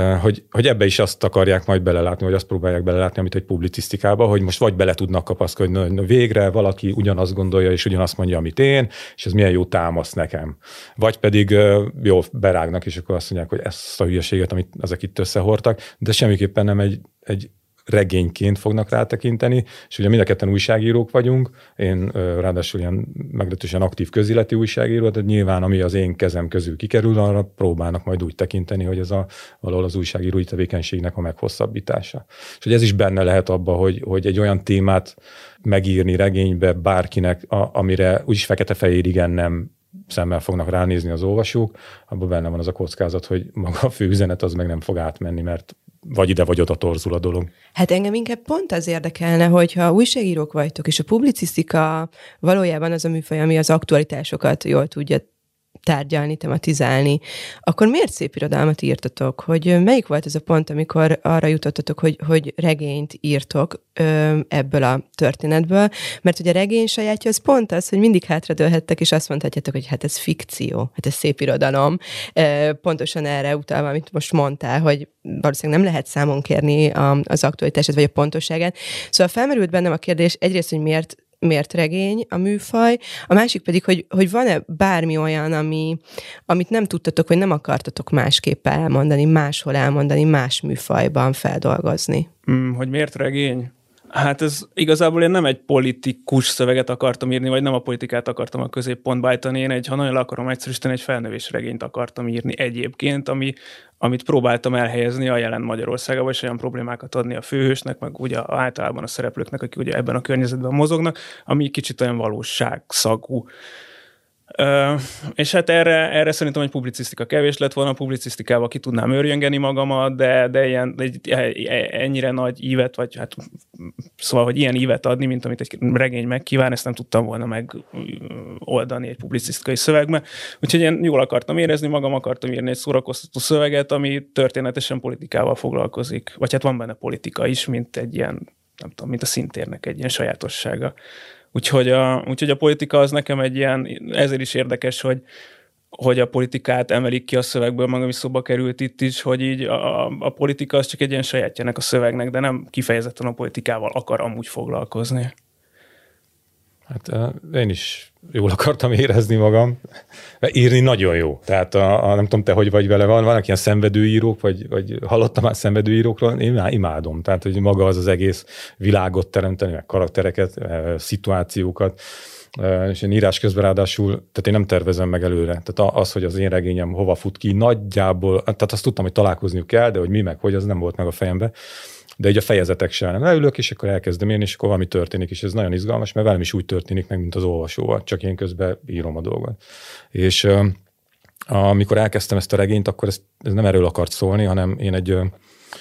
hogy ebbe is azt akarják majd belelátni, vagy azt próbálják belelátni, amit egy publicisztikába, hogy most vagy bele tudnak kapaszkodni, hogy végre valaki ugyanazt gondolja, és ugyanazt mondja, amit én, és ez milyen jó támasz nekem. Vagy pedig jól berágnak, és akkor azt mondják, hogy ezt a hülyeséget, amit ezek itt összehordtak, de semmiképpen nem egy regényként fognak rátekinteni, és ugye mind a ketten újságírók vagyunk, én ráadásul ilyen meglehetősen aktív közéleti újságíró, de nyilván ami az én kezem közül kikerül, arra próbálnak majd úgy tekinteni, hogy ez valahol az újságírói tevékenységnek a meghosszabbítása. És hogy ez is benne lehet abba, hogy egy olyan témát megírni regénybe bárkinek, amire úgyis fekete-fehér igen nem szemmel fognak ránézni az olvasók, abban benne van az a kockázat, hogy maga a főüzenet az meg nem fog átmenni, mert vagy ide, vagy oda torzul a dolog. Hát engem inkább pont az érdekelne, hogyha újságírók vagytok, és a publicisztika valójában az a műfaj, ami az aktualitásokat jól tudja tárgyalni, tematizálni, akkor miért szép irodalmat írtatok? Hogy melyik volt ez a pont, amikor arra jutottatok, hogy regényt írtok ebből a történetből? Mert ugye a regény sajátja az pont az, hogy mindig hátradőlhettek, és azt mondhatjátok, hogy hát ez fikció, hát ez szép irodalom. Pontosan erre utalva, amit most mondtál, hogy valószínűleg nem lehet számon kérni az aktualitását, vagy a pontosságát. Szóval felmerült bennem a kérdés egyrészt, hogy miért regény a műfaj, a másik pedig, hogy van-e bármi olyan, amit nem tudtatok, vagy nem akartatok másképp elmondani, máshol elmondani, más műfajban feldolgozni. Hogy miért regény? Hát ez igazából én nem egy politikus szöveget akartam írni, vagy nem a politikát akartam a középpontba állítani, én ha nagyon le akarom egyszerűsíteni, egy felnövésregényt akartam írni egyébként, amit próbáltam elhelyezni a jelen Magyarországában, és olyan problémákat adni a főhősnek, meg ugye általában a szereplőknek, akik ugye ebben a környezetben mozognak, ami kicsit olyan valóságszagú. És hát erre szerintem egy publicisztika kevés lett volna, a publicisztikával ki tudnám őrjöngeni magamat, de ennyire nagy ívet, vagy hát szóval, hogy ilyen ívet adni, mint amit egy regény megkíván, ezt nem tudtam volna megoldani egy publicisztikai szövegbe. Úgyhogy én jól akartam érezni magam, akartam írni egy szórakoztató szöveget, ami történetesen politikával foglalkozik. Vagy hát van benne politika is, mint egy ilyen, nem tudom, mint a színtérnek egy ilyen sajátossága. Úgyhogy a politika az nekem egy ilyen, ezért is érdekes, hogy a politikát emelik ki a szövegből, meg ami szóba került itt is, hogy így a politika az csak egy ilyen sajátjának a szövegnek, de nem kifejezetten a politikával akar amúgy foglalkozni. Hát én is jól akartam érezni magam. Írni nagyon jó. Tehát nem tudom, te hogy vagy vele, vannak ilyen szenvedőírók, vagy hallottam már szenvedőírókról, én már imádom. Tehát, hogy maga az egész világot teremteni, meg karaktereket, szituációkat, és én írás közben ráadásul, tehát én nem tervezem meg előre. Tehát az, hogy az én regényem hova fut ki, nagyjából, tehát azt tudtam, hogy találkozniuk kell, de hogy mi meg hogy, az nem volt meg a fejembe. De így a fejezetek sem nem leülök, és akkor elkezdem írni, és akkor valami történik, és ez nagyon izgalmas, mert velem is úgy történik meg, mint az olvasóval, csak én közben írom a dolgot. És amikor elkezdtem ezt a regényt, akkor ez nem erről akart szólni, hanem én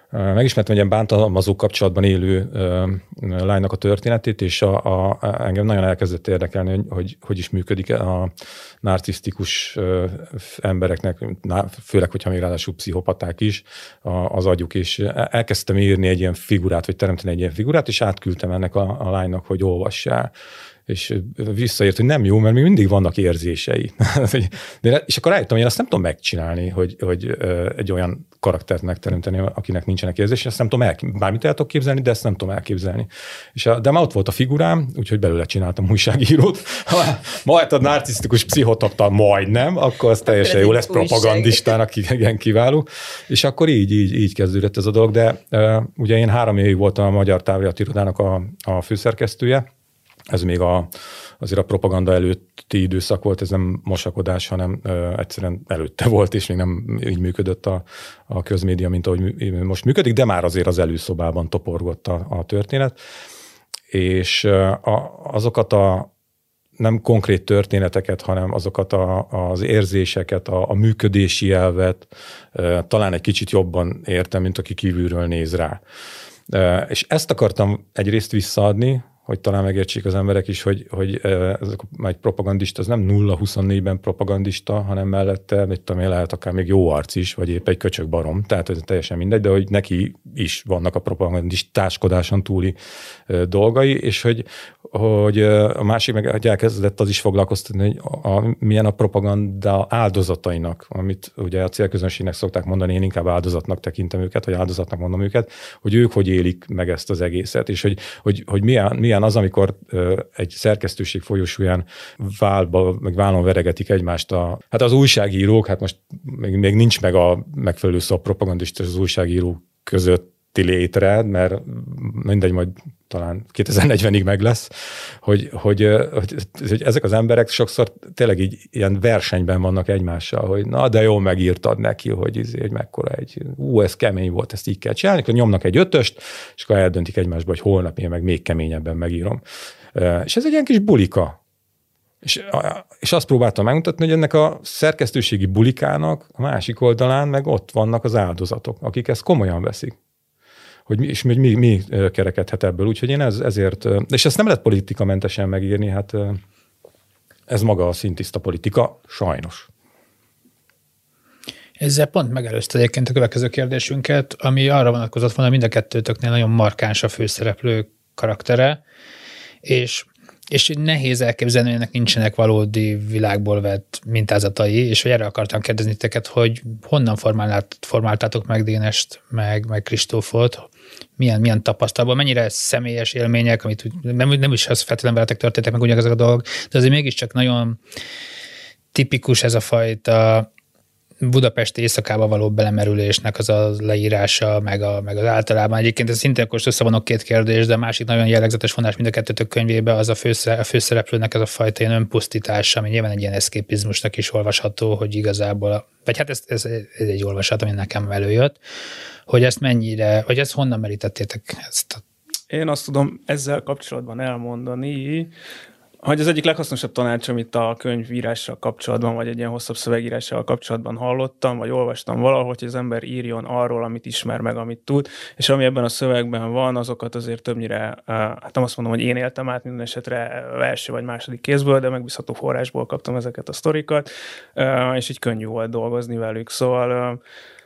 Megismertem egy ilyen bántalmazó kapcsolatban élő lánynak a történetét, és engem nagyon elkezdett érdekelni, hogy is működik a narcisztikus embereknek, főleg, hogyha még ráadásul pszichopaták is, az agyuk, és elkezdtem írni egy ilyen figurát, vagy teremteni egy ilyen figurát, és átküldtem ennek a lánynak, hogy olvassál. És visszaért, hogy nem jó, mert még mindig vannak érzései. És akkor rájöttem, hogy én azt nem tudom megcsinálni, hogy egy olyan karaktert megteremteni, akinek nincsenek érzései, ezt nem tudom bármit el tudok képzelni, de ezt nem tudom elképzelni. De már ott volt a figurám, úgyhogy belőle csináltam újságírót. Majd a narcisztikus pszichotaptal majdnem, akkor az teljesen jó lesz propagandistának, igen, kiváló. És akkor így kezdődött ez a dolog, de ugye én 3 évig voltam a Magyar Táviratirodának a főszerkesztője. Ez még azért a propaganda előtti időszak volt, ez nem mosakodás, hanem egyszerűen előtte volt, és még nem így működött a közmédia, mint ahogy most működik, de már azért az előszobában toporgott a történet. És azokat nem konkrét történeteket, hanem azokat az érzéseket, a működési elvet talán egy kicsit jobban értem, mint aki kívülről néz rá. És ezt akartam egyrészt visszaadni, hogy talán megértsék az emberek is, hogy egy propagandista, az nem 0-24-ben propagandista, hanem mellette, mit tudom én, lehet akár még jó arc is, vagy épp egy köcsög barom, tehát ez teljesen mindegy, de hogy neki is vannak a propagandistáskodáson túli dolgai, és hogy a másik meg hogy elkezdett az is foglalkoztatni, hogy milyen a propaganda áldozatainak, amit ugye a célközönségnek szokták mondani, én inkább áldozatnak tekintem őket, vagy áldozatnak mondom őket, hogy ők hogy élik meg ezt az egészet, és hogy milyen az, amikor egy szerkesztőség folyosóján vállon veregetik egymást hát az újságírók, hát most még nincs meg a megfelelő szó propagandista az újságírók közötti létre, mert mindegy, majd talán 2040-ig meg lesz, hogy ezek az emberek sokszor tényleg így ilyen versenyben vannak egymással, hogy na, de jól megírtad neki, hogy mekkora ez kemény volt, ezt így kell csinálni, akkor nyomnak egy 5-öst, és akkor eldöntik egymásba, hogy holnap én meg még keményebben megírom. És ez egy ilyen kis bulika. És azt próbáltam megmutatni, hogy ennek a szerkesztőségi bulikának a másik oldalán meg ott vannak az áldozatok, akik ezt komolyan veszik. Hogy mi kerekedhet ebből. Úgyhogy én ezért, és ezt nem lehet politikamentesen megírni, hát ez maga a szintiszta politika, sajnos. Ezzel pont megelőzte egyébként a következő kérdésünket, ami arra vonatkozott volna, mind a kettőtöknél nagyon markáns a főszereplő karaktere, és nehéz elképzelni, hogy ennek nincsenek valódi világból vett mintázatai, és hogy erre akartam kérdezni teket, hogy honnan formáltátok meg Dénest, meg Kristófot, milyen tapasztalatban, mennyire személyes élmények, amit nem is az feltétlenül veletek történtek meg ugyanazok a dolgok, de azért mégiscsak nagyon tipikus ez a fajta budapesti éjszakába való belemerülésnek az a leírása, meg az általában. Egyébként ez szintén akkor összevonok 2 kérdés, de a másik nagyon jellegzetes vonás mind a kettőtök könyvébe az a főszereplőnek ez a fajta ilyen önpusztítása, ami nyilván egy ilyen eszképizmusnak is olvasható, hogy igazából, vagy hát ez egy olvasat, ami nekem előjött, hogy ezt mennyire, vagy ezt honnan merítettétek ezt? Én azt tudom ezzel kapcsolatban elmondani, hogy az egyik leghasznosabb tanács, amit a könyvírással kapcsolatban, vagy egy ilyen hosszabb szövegírással kapcsolatban hallottam, vagy olvastam valahol, hogy az ember írjon arról, amit ismer meg, amit tud, és ami ebben a szövegben van, azokat azért többnyire, hát nem azt mondom, hogy én éltem át minden esetre első vagy második kézből, de megbízható forrásból kaptam ezeket a sztorikat, és így könnyű volt dolgozni velük. Szóval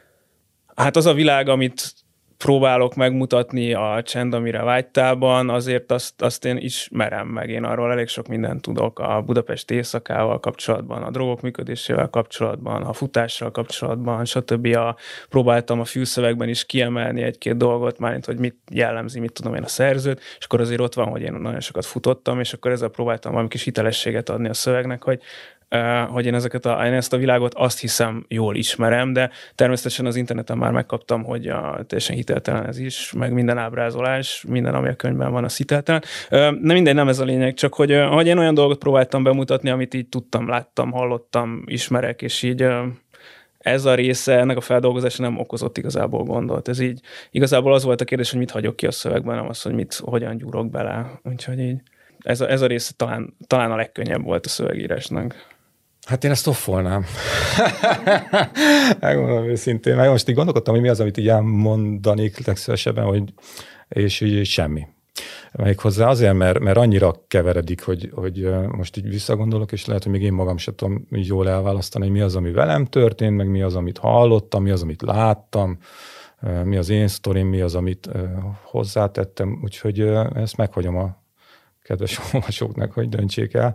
hát az a világ, amit próbálok megmutatni a Csend, amire vágytában, azért azt én ismerem meg. Én arról elég sok mindent tudok a Budapest éjszakával kapcsolatban, a drogok működésével kapcsolatban, a futással kapcsolatban, stb. Próbáltam a fülszövegben is kiemelni 1-2 dolgot, mármint, hogy mit jellemzi, mit tudom én a szerzőt, és akkor azért ott van, hogy én nagyon sokat futottam, és akkor ezzel próbáltam valami kis hitelességet adni a szövegnek, hogy én ezt a világot azt hiszem jól ismerem, de természetesen az interneten már megkaptam, hogy teljesen hiteltelen ez is, meg minden ábrázolás, minden, ami a könyvben van, az hiteltelen. Nem mindegy, nem ez a lényeg, csak hogy én olyan dolgot próbáltam bemutatni, amit így tudtam, láttam, hallottam, ismerek, és így ez a része, ennek a feldolgozása nem okozott igazából gondot. Ez így igazából az volt a kérdés, hogy mit hagyok ki a szövegben, nem az, hogy hogyan gyúrok bele. Úgyhogy így ez a része talán a legkönnyebb volt a szövegírásnak. Hát én ezt offolnám. Megmondom őszintén. Meg most így gondolkodtam, hogy mi az, amit így elmondanék legszívesebben, és így semmi. Méghozzá azért, mert annyira keveredik, hogy most így visszagondolok, és lehet, hogy még én magam sem tudom így jól elválasztani, hogy mi az, ami velem történt, meg mi az, amit hallottam, mi az, amit láttam, mi az én sztorim, mi az, amit hozzátettem, úgyhogy ezt meghagyom a kedves olvasóknak, hogy döntsék el.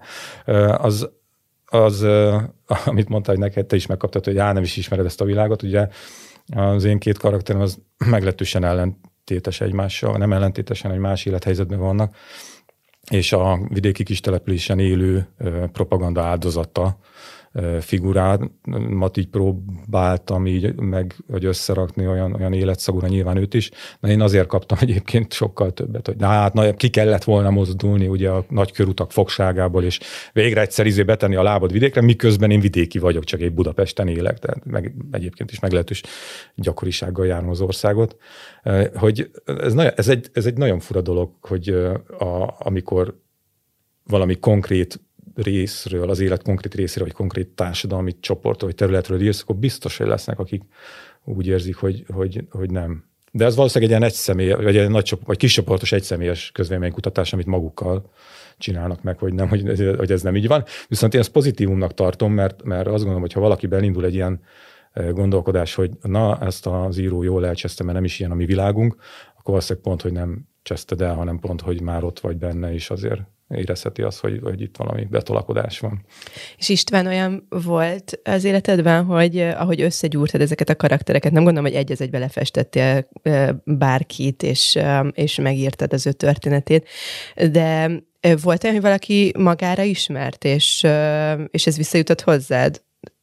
Amit mondtál, hogy neked te is megkaptad, hogy nem is ismered ezt a világot, ugye az én két karakterem az meglehetősen ellentétes egymással, nem ellentétesen, hogy más élethelyzetben vannak, és a vidéki kis településen élő propaganda áldozata figurámat így próbáltam így vagy összerakni olyan életszagúra, nyilván őt is, de én azért kaptam egyébként sokkal többet, hogy ki kellett volna mozdulni ugye a nagy körutak fogságából, és végre egyszer betenni a lábad vidékre, miközben én vidéki vagyok, csak egy Budapesten élek, tehát egyébként is meglehetős gyakorisággal járom az országot. Hogy ez egy nagyon fura dolog, hogy amikor valami konkrét részről, az élet konkrét részéről, vagy konkrét társadalmi csoportról, vagy területről írsz, akkor biztos, hogy lesznek, akik úgy érzik, hogy nem. De ez valószínűleg egy ilyen egyszemély, vagy egy vagy kiscsoportos egyszemélyes közvéleménykutatás, amit magukkal csinálnak meg, hogy nem, hogy ez nem így van. Viszont én ezt pozitívumnak tartom, mert azt gondolom, hogy ha valaki belindul egy ilyen gondolkodás, hogy ezt az író jól elcseszte, mert nem is ilyen a mi világunk, akkor valószínűleg pont, hogy nem cseszted el, hanem pont, hogy már ott vagy benne, és azért érezheti azt, hogy itt valami betolakodás van. És István, olyan volt az életedben, hogy ahogy összegyúrtad ezeket a karaktereket, nem gondolom, hogy egy egybe lefestettél bárkit, és megírtad az ő történetét, de volt olyan, hogy valaki magára ismert, és ez visszajutott hozzád?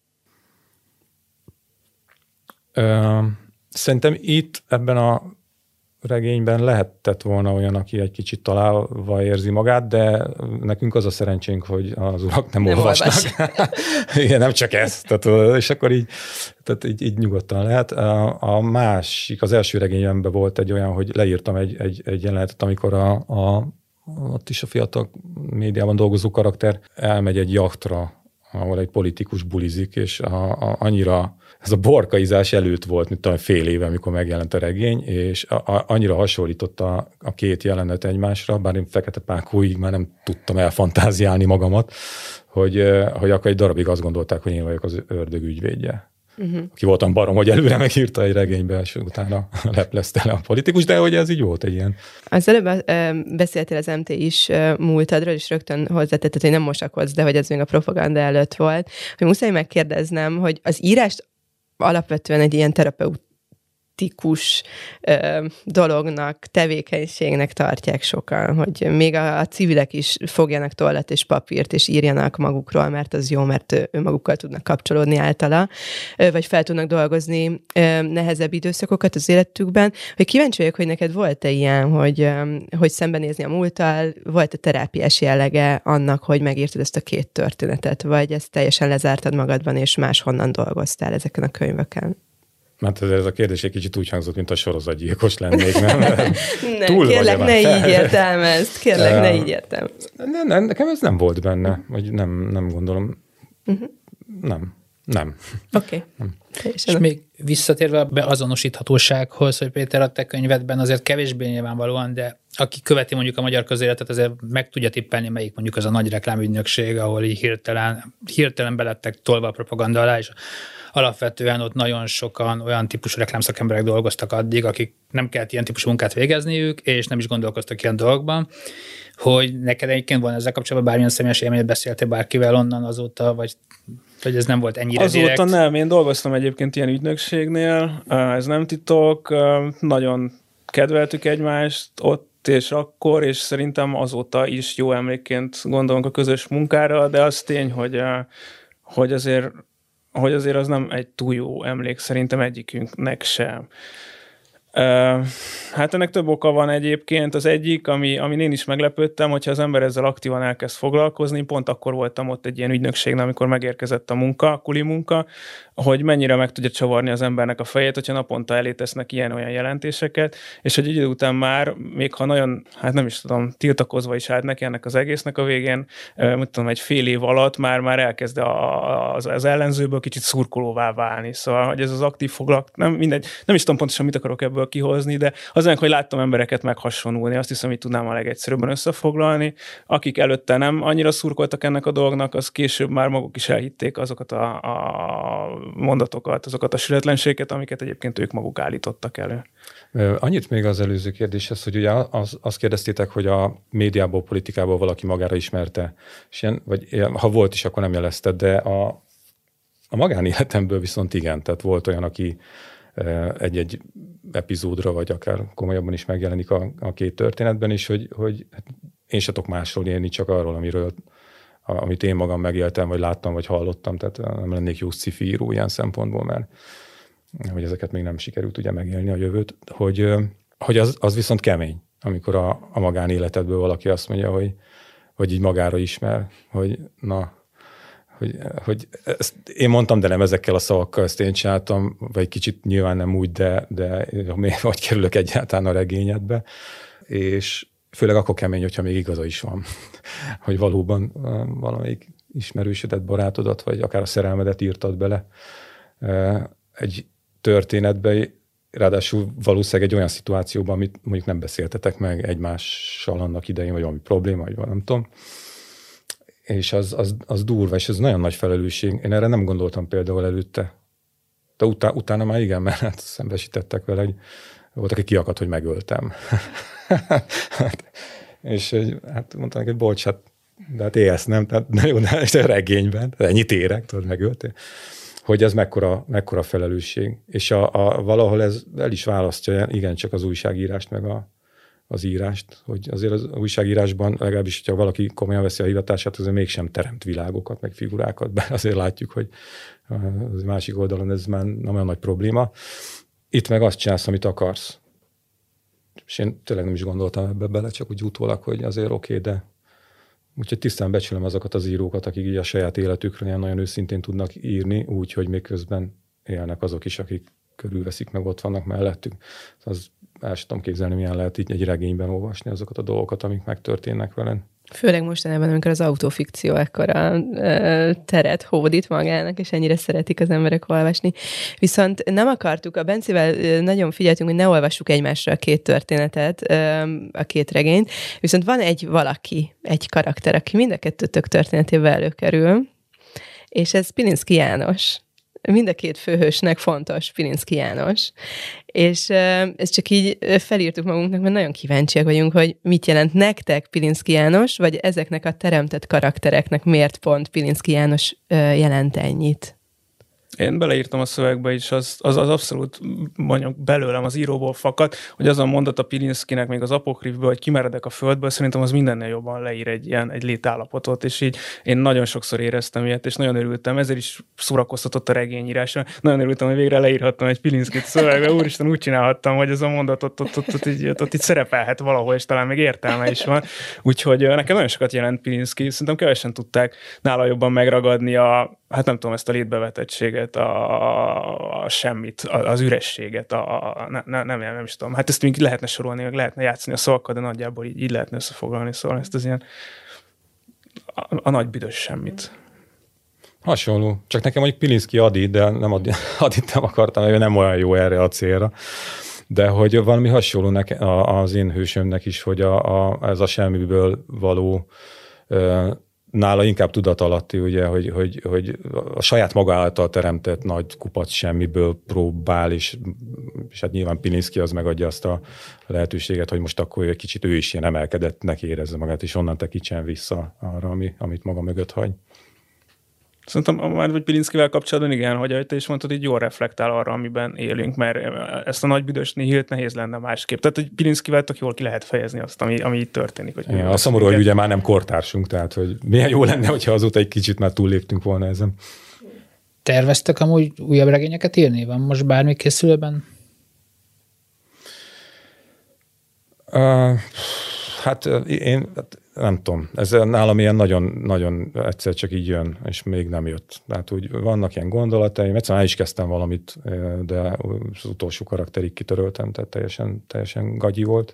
Szerintem itt ebben a regényben lehetett volna olyan, aki egy kicsit találva érzi magát, de nekünk az a szerencsénk, hogy az urak nem olvasnak. Igen, nem csak ez. És akkor így nyugodtan lehet. Az első regényemben volt egy olyan, hogy leírtam egy jelenetet, amikor ott is a fiatal médiában dolgozó karakter elmegy egy jachtra, ahol egy politikus bulizik, és annyira ez a borkaizás előtt volt, mint talán fél éve, amikor megjelent a regény, és annyira hasonlította a két jelenet egymásra, bár én Fekete Pákóig már nem tudtam elfantáziálni magamat, hogy akkor egy darabig azt gondolták, hogy én vagyok az ördög ügyvédje. Aki voltam barom, hogy előre megírta egy regénybe, és utána leplezte le a politikus, de hogy ez így volt egy ilyen. Az előbb beszéltél az MT is múltadról, és rögtön hozzátetted, hogy nem mosakodsz, de hogy ez még a propaganda előtt volt, hogy muszáj megkérdeznem, hogy az írást alapvetően egy ilyen terapeutikus dolognak, tevékenységnek tartják sokan, hogy még a civilek is fogjanak tollat és papírt, és írjanak magukról, mert az jó, mert önmagukkal tudnak kapcsolódni általa, vagy fel tudnak dolgozni nehezebb időszakokat az életükben. Hogy kíváncsi vagyok, hogy neked volt-e ilyen, hogy szembenézni a múlttal, volt-e terápiás jellege annak, hogy megírtad ezt a két történetet, vagy ezt teljesen lezártad magadban, és máshonnan dolgoztál ezeken a könyveken? Mert ez a kérdés egy kicsit úgy hangzott, mint a sorozatgyilkos lennék, nem? Kérlek, ne így értelmezd. Kérlek, ne így értelmezd. Nem, nekem ez nem volt benne, vagy nem gondolom. Nem. Oké. És még visszatérve a beazonosíthatósághoz, hogy Péter, a te könyvedben azért kevésbé nyilvánvalóan, de aki követi mondjuk a magyar közéletet, azért meg tudja tippelni, melyik mondjuk az a nagy reklámügynökség, ahol így hirtelen belettek tolva a propaganda alá, és alapvetően ott nagyon sokan olyan típusú reklámszakemberek dolgoztak addig, akik nem kellett ilyen típusú munkát végezniük, és nem is gondolkoztak ilyen dolgokban, hogy neked egyébként van ezzel kapcsolatban bármilyen személyes élményt, beszéltél bárkivel onnan azóta, vagy ez nem volt ennyire direkt? Azóta nem, én dolgoztam egyébként ilyen ügynökségnél, ez nem titok, nagyon kedveltük egymást ott és akkor, és szerintem azóta is jó emlékként gondolunk a közös munkára, de az tény, hogy azért az nem egy túl jó emlék szerintem egyikünknek sem. Hát ennek több oka van egyébként. Az egyik, amin én is meglepődtem, hogyha az ember ezzel aktívan elkezd foglalkozni, pont akkor voltam ott egy ilyen ügynökségnél, amikor megérkezett a kuli munka, hogy mennyire meg tudja csavarni az embernek a fejét, hogyha naponta elé tesznek ilyen-olyan jelentéseket, és hogy egy idő után már, még ha nagyon, hát nem is tudom, tiltakozva is állt neki ennek az egésznek a végén, egy fél év alatt már elkezd az ellenzőből kicsit szurkolóvá válni. Szóval, hogy ez az aktív nem is tudom pontosan, mit akarok ebből kihozni, de az olyan, hogy láttam embereket meghasonulni, azt hiszem, hogy tudnám a legegyszerűbben összefoglalni. Akik előtte nem annyira szurkoltak ennek a dolognak, az később már maguk is elhitték azokat a mondatokat, azokat a sületlenségeket, amiket egyébként ők maguk állítottak elő. Annyit még az előző kérdéshez, hogy ugye azt kérdeztétek, hogy a médiából, politikából valaki magára ismerte, és vagy ha volt is, akkor nem jelezted, de a magánéletemből viszont igen, tehát volt olyan, aki egy epizódra, vagy akár komolyabban is megjelenik a két történetben is, hogy hát én se tudok másról élni, csak arról, amit én magam megéltem, vagy láttam, vagy hallottam, tehát nem lennék jó sci-fi író ilyen szempontból, mert hogy ezeket még nem sikerült ugye megélni a jövőt, hogy az viszont kemény, amikor a magánéletedből valaki azt mondja, hogy így magára ismer, hogy ezt én mondtam, de nem ezekkel a szavakkal, ezt én csináltam, vagy kicsit nyilván nem úgy, de hogy kerülök egyáltalán a regényedbe, és főleg akkor kemény, hogyha még igaza is van, hogy valóban valamelyik ismerősödet, barátodat, vagy akár a szerelmedet írtad bele egy történetbe, ráadásul valószínűleg egy olyan szituációban, amit mondjuk nem beszéltetek meg egymással annak idején, vagy valami probléma, vagy nem tudom. És az durva, és ez nagyon nagy felelősség. Én erre nem gondoltam például előtte. De utána már igen, mert hát szembesítettek vele, hogy volt, aki kiakadt, hogy megöltem. És hát mondtam neki, bocs, de hát élsz, nem? Tehát, na jó, de regényben, ennyit érek, tudod, megöltél. Hogy ez mekkora felelősség. És valahol ez el is választja igencsak az újságírást, meg az írást, hogy azért az újságírásban legalábbis, hogyha valaki komolyan veszi a hivatását, azért mégsem teremt világokat, meg figurákat, bár azért látjuk, hogy az másik oldalon ez már nem olyan nagy probléma. Itt meg azt csinálsz, amit akarsz. És én tényleg nem is gondoltam ebbe bele, csak úgy utólag, hogy azért oké, de úgyhogy tisztán becsülöm azokat az írókat, akik így a saját életükről ilyen nagyon őszintén tudnak írni, úgy, hogy még közben élnek azok is, akik körülveszik, meg ott vannak mellettük. Az el sem tudom képzelni, milyen lehet így egy regényben olvasni azokat a dolgokat, amik megtörténnek veled. Főleg mostanában, amikor az autofikció ekkora teret hódít magának, és ennyire szeretik az emberek olvasni. Viszont nem akartuk, a Bencével nagyon figyeltünk, hogy ne olvassuk egymásra a két történetet, a két regényt, viszont van egy karakter, aki mind a kettőtök történetével előkerül, és ez Pilinszky János. Mind a két főhősnek fontos Pilinszky János. És ezt csak így felírtuk magunknak, mert nagyon kíváncsiak vagyunk, hogy mit jelent nektek Pilinszky János, vagy ezeknek a teremtett karaktereknek miért pont Pilinszky János jelent ennyit? Én beleírtam a szövegbe is, az abszolút mondjuk belőlem az íróból fakad, hogy az a mondat a Pilinszkynek még az apokrifből, hogy kimeredek a földből, szerintem az mindennél jobban leír egy létállapotot, és így én nagyon sokszor éreztem ilyet, és nagyon örültem, ezért is szórakoztatott a regényírása. Nagyon örültem, hogy végre leírhattam egy Pilinszkyt szövegbe, úristen, úgy csinálhattam, hogy ez a mondat ott szerepelhet valahol, és talán még értelme is van. Úgyhogy nekem nagyon sokat jelent Pilinszky, szerintem kevesen tudták nála jobban megragadni hát nem tudom, ezt a létbevetettséget, a semmit, az ürességet, nem is tudom. Hát ezt még lehetne sorolni, meg lehetne játszani a szavakkal, de nagyjából így lehetne összefoglalni, szóval ezt az ilyen a nagy büdös semmit. Hasonló. Csak nekem mondjuk Pilinszky Adi, de nem Adit nem akartam, mert ő nem olyan jó erre a célra. De hogy valami hasonló az én hősömnek is, hogy ez a semmiből való nála inkább tudatalatti, ugye, hogy a saját maga által teremtett nagy kupac semmiből próbál, és hát nyilván Pilinszky az megadja azt a lehetőséget, hogy most akkor egy kicsit ő is ilyen emelkedettnek érezze magát, és onnan tekintsen vissza arra, amit maga mögött hagy. Szerintem már vagy Pilinszkyvel kapcsolatban igen, hogy ahogy te is mondtad, így jól reflektál arra, amiben élünk, mert ezt a nagy büdös nihilt nehéz lenne másképp. Tehát, hogy Pilinszkyvel tök jól ki lehet fejezni azt, ami itt történik. Hogy a szomorú, hogy ugye már nem kortársunk, tehát hogy milyen jó lenne, hogyha azóta egy kicsit már túlléptünk volna ezen. Terveztek amúgy újabb regényeket írni? Van most bármi készülőben? Hát én nem tudom, ez nálam ilyen nagyon egyszer csak így jön, és még nem jött. Tehát úgy vannak ilyen gondolataim, egyszerűen el is kezdtem valamit, de az utolsó karakterig kitöröltem, tehát teljesen gagyi volt.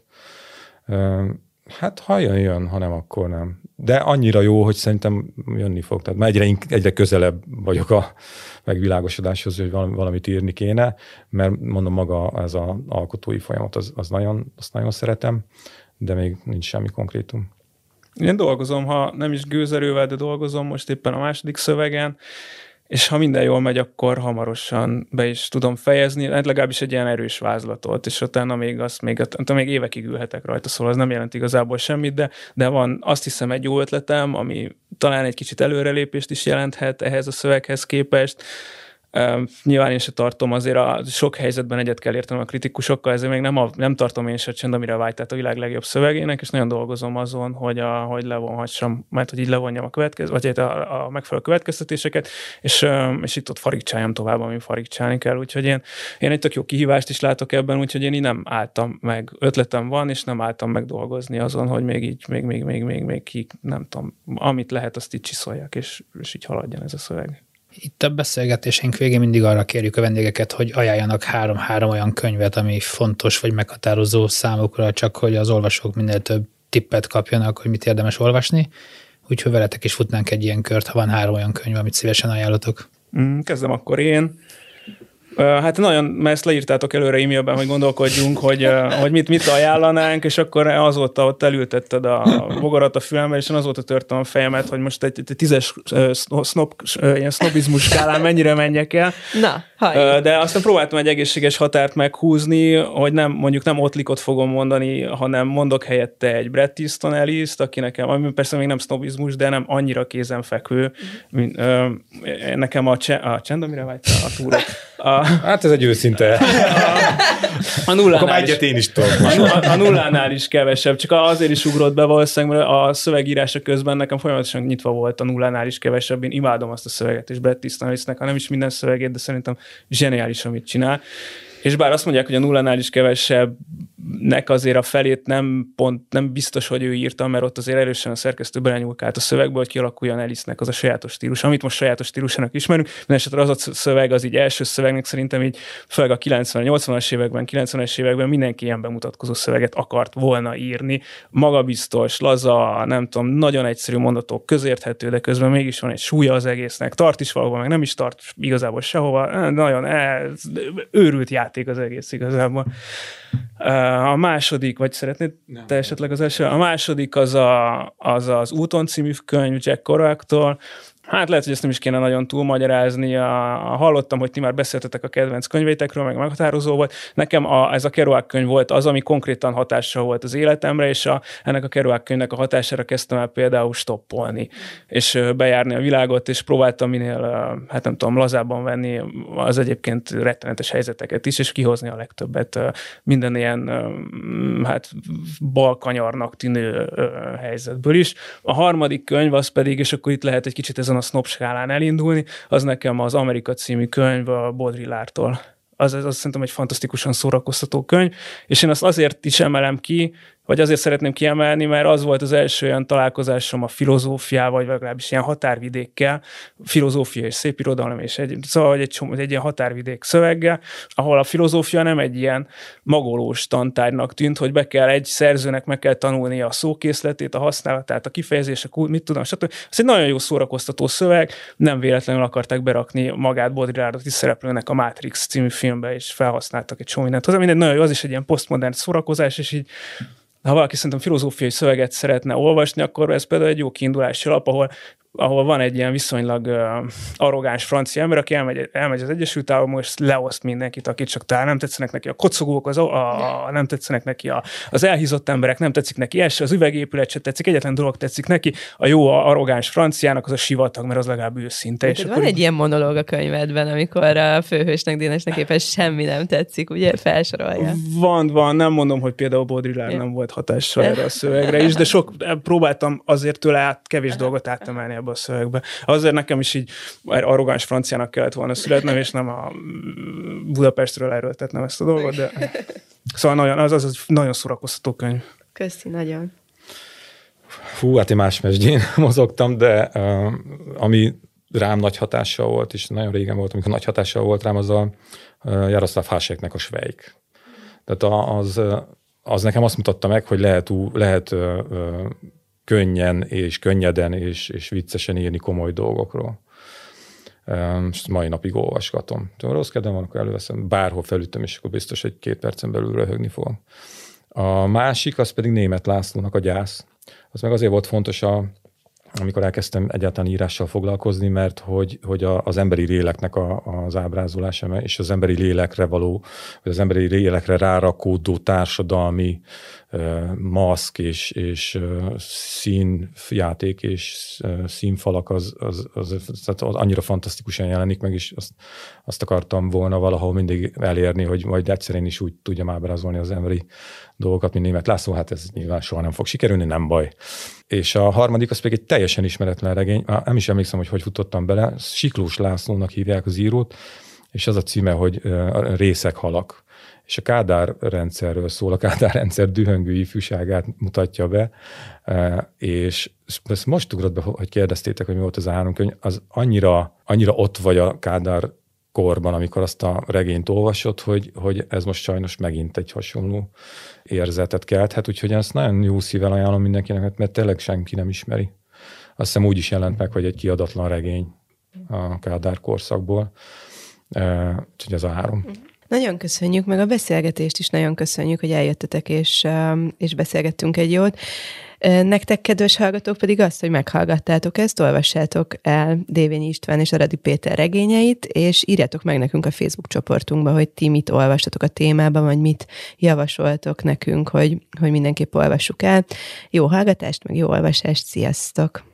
Hát ha jön, ha nem, akkor nem. De annyira jó, hogy szerintem jönni fog. Tehát már egyre közelebb vagyok a megvilágosodáshoz, hogy valamit írni kéne, mert mondom, maga ez az alkotói folyamat, azt nagyon szeretem, de még nincs semmi konkrétum. Én dolgozom, ha nem is gőzerővel, de dolgozom most éppen a második szövegen, és ha minden jól megy, akkor hamarosan be is tudom fejezni, hát legalábbis egy ilyen erős vázlatot, és utána még évekig ülhetek rajta, szóval az nem jelent igazából semmit, de van azt hiszem egy jó ötletem, ami talán egy kicsit előrelépést is jelenthet ehhez a szöveghez képest. Nyilván én se tartom, azért a sok helyzetben egyet kell értenem a kritikusokkal, ezért még nem tartom én se Csend, amire vágy, tehát a világ legjobb szövegének, és nagyon dolgozom azon, hogy levonhassam, mert hogy így levonjam a megfelelő következtetéseket, és itt-ott farigcsáljam tovább, amin farigcsálni kell, úgyhogy én egy tök jó kihívást is látok ebben, úgyhogy én így nem álltam meg, ötletem van, és nem álltam meg dolgozni azon, hogy még ki, nem tudom, amit lehet, azt így csiszoljak, és így haladjon ez a szöveg. Itt a beszélgetésénk végén mindig arra kérjük a vendégeket, hogy ajánljanak 3 olyan könyvet, ami fontos vagy meghatározó számukra, csak hogy az olvasók minél több tippet kapjanak, hogy mit érdemes olvasni. Úgyhogy veletek is futnánk egy ilyen kört, ha van 3 olyan könyv, amit szívesen ajánlotok. Kezdem akkor én. Hát nagyon, mert ezt leírtátok előre e-mailben, hogy gondolkodjunk, hogy mit ajánlanánk, és akkor azóta ott elültetted a bogarat a fülembe, és én azóta törtem a fejemet, hogy most egy 10-es ilyen sznobizmus skálán mennyire menjek el. Na, hallj. De aztán próbáltam egy egészséges határt meghúzni, hogy mondjuk nem Ottlikot fogom mondani, hanem mondok helyette egy Bret Easton Ellis-t, aki nekem, ami persze még nem sznobizmus, de nem annyira kézenfekvő. Nekem a Csend, amire vágytál, a túrok. Hát ez egy őszinte. A nullánál akkor már egyet én is tudom. A nullánál is kevesebb, csak azért is ugrott be valószínűleg, mert a szövegírása közben nekem folyamatosan nyitva volt a nullánál is kevesebb. Én imádom azt a szöveget, és Bret Easton Ellisnek, ha nem is minden szövegét, de szerintem zseniális, amit csinál. És bár azt mondják, hogy a nullánál is kevesebbnek azért a felét nem biztos, hogy ő írta, mert ott azért erősen a szerkesztő belenyúlkált a szövegbe, hogy kialakuljon Ellisnek az a sajátos stílus, amit most sajátos stílusának ismerünk. Mindenesetre az a szöveg, az így első szövegnek szerintem így főleg a 80-as években, 90-es években mindenki ilyen bemutatkozó szöveget akart volna írni. Magabiztos, laza, nem tudom, nagyon egyszerű mondatok, közérthető, de közben mégis van egy súlya az egésznek. Tart is valahova, meg nem is tart igazából sehova. Nagyon őrült játék az egész igazából. A második, vagy szeretnéd te esetleg az első? A második az Úton című könyv Jack Kerouactól. Hát lehet, hogy ezt nem is kéne nagyon túlmagyarázni. Hallottam, hogy ti már beszéltetek a kedvenc könyveitekről, meg meghatározó volt. Nekem ez a Kerouac könyv volt az, ami konkrétan hatással volt az életemre, és ennek a Kerouac könyvnek a hatására kezdtem el például stoppolni, és bejárni a világot, és próbáltam minél, hát nem tudom, lazábban venni az egyébként rettenetes helyzeteket is, és kihozni a legtöbbet minden ilyen, hát balkanyarnak tűnő helyzetből is. A harmadik könyv az pedig, és akkor itt lehet egy kicsit ezen a snob skálán elindulni, az nekem az Amerika című könyv a Baudrillard-tól. Az szerintem egy fantasztikusan szórakoztató könyv, és én azt azért is emelem ki, vagy azért szeretném kiemelni, mert az volt az első olyan találkozásom a filozófiával, vagy legalábbis ilyen határvidékkel, filozófia és szépirodalom, és szóval egy ilyen határvidék szöveggel, ahol a filozófia nem egy ilyen magolós tantárgynak tűnt, hogy egy szerzőnek meg kell tanulnia a szókészletét, a használatát, a kifejezések, mit tudom, stb. Ez egy nagyon jó szórakoztató szöveg, nem véletlenül akarták berakni magát Baudrillardot is szereplőnek a Matrix című filmbe, és felhasználtak egy csomó mindent hozzá. Mindegy, nagyon jó, az is egy ilyen posztmodern szórakozás, és így ha valaki szerintem filozófiai szöveget szeretne olvasni, akkor ez például egy jó kiindulási alap, ahol van egy ilyen viszonylag arrogáns francia ember, aki elmegy az Egyesült Államokba, és leoszt mindenkit, akit csak talán nem tetszenek neki a kocogók, nem tetszenek neki az elhízott emberek, nem tetszik neki az üvegépület se tetszik, egyetlen dolog tetszik neki, a jó arrogáns franciának az a sivatag, mert az legalább őszinte. És van egy ilyen monológ a könyvedben, amikor a főhősnek, Dénesnek éppen semmi nem tetszik, ugye felsorolja. Van, nem mondom, hogy például Baudrillard nem volt hatással erre a szövegre is, de próbáltam azért tőle kevés dolgot átemelni ebből ebbe a szövegbe. Azért nekem is így arrogáns franciának kellett volna születnem, és nem a Budapestről erőltetnem ezt a dolgot, de szóval az nagyon szórakoztató könyv. Köszi, nagyon. Fú, hát én más mesdjén mozogtam, de ami rám nagy hatással volt, és nagyon régen volt, amikor nagy hatással volt rám, az a Jaroszláv Haseknek a Svejk. Tehát az nekem azt mutatta meg, hogy lehet könnyen és könnyeden és viccesen írni komoly dolgokról. És mai napig olvasgatom. Ha rossz kedvem van, akkor előveszem, bárhol felütöm, és akkor biztos, hogy 2 percen belül röhögni fogom. A másik, az pedig Németh Lászlónak a Gyász. Az meg azért volt fontos, amikor elkezdtem egyáltalán írással foglalkozni, mert hogy az emberi léleknek az ábrázolása, és az emberi lélekre vagy az emberi lélekre rárakódó társadalmi maszk és színjáték és színfalak az annyira fantasztikusan jelenik meg, és azt akartam volna valahol mindig elérni, hogy majd egyszerűen is úgy tudjam ábrázolni az emberi dolgokat, mint Németh László, hát ez nyilván soha nem fog sikerülni, nem baj. És a harmadik, az pedig egy teljesen ismeretlen regény, nem is emlékszem, hogy futottam bele, Siklós Lászlónak hívják az írót, és az a címe, hogy Részeg halak. És a Kádár rendszerről szól, a Kádár rendszer dühöngő ifjúságát mutatja be, és ezt most ugrott be, hogy kérdeztétek, hogy mi volt az a 3 könyv, az annyira ott vagy a Kádár korban, amikor azt a regényt olvasod, hogy ez most sajnos megint egy hasonló érzetet kelthet, úgyhogy ezt nagyon jó szívvel ajánlom mindenkinek, mert tényleg senki nem ismeri. Azt hiszem úgy is jelent meg, hogy egy kiadatlan regény a Kádár korszakból. Úgyhogy ez a 3. Nagyon köszönjük, meg a beszélgetést is nagyon köszönjük, hogy eljöttetek, és beszélgettünk egy jót. Nektek, kedves hallgatók, pedig azt, hogy meghallgattátok ezt, olvassátok el Dévényi István és Aradi Péter regényeit, és írjátok meg nekünk a Facebook csoportunkba, hogy ti mit olvastatok a témában, vagy mit javasoltok nekünk, hogy mindenképp olvassuk el. Jó hallgatást, meg jó olvasást, sziasztok!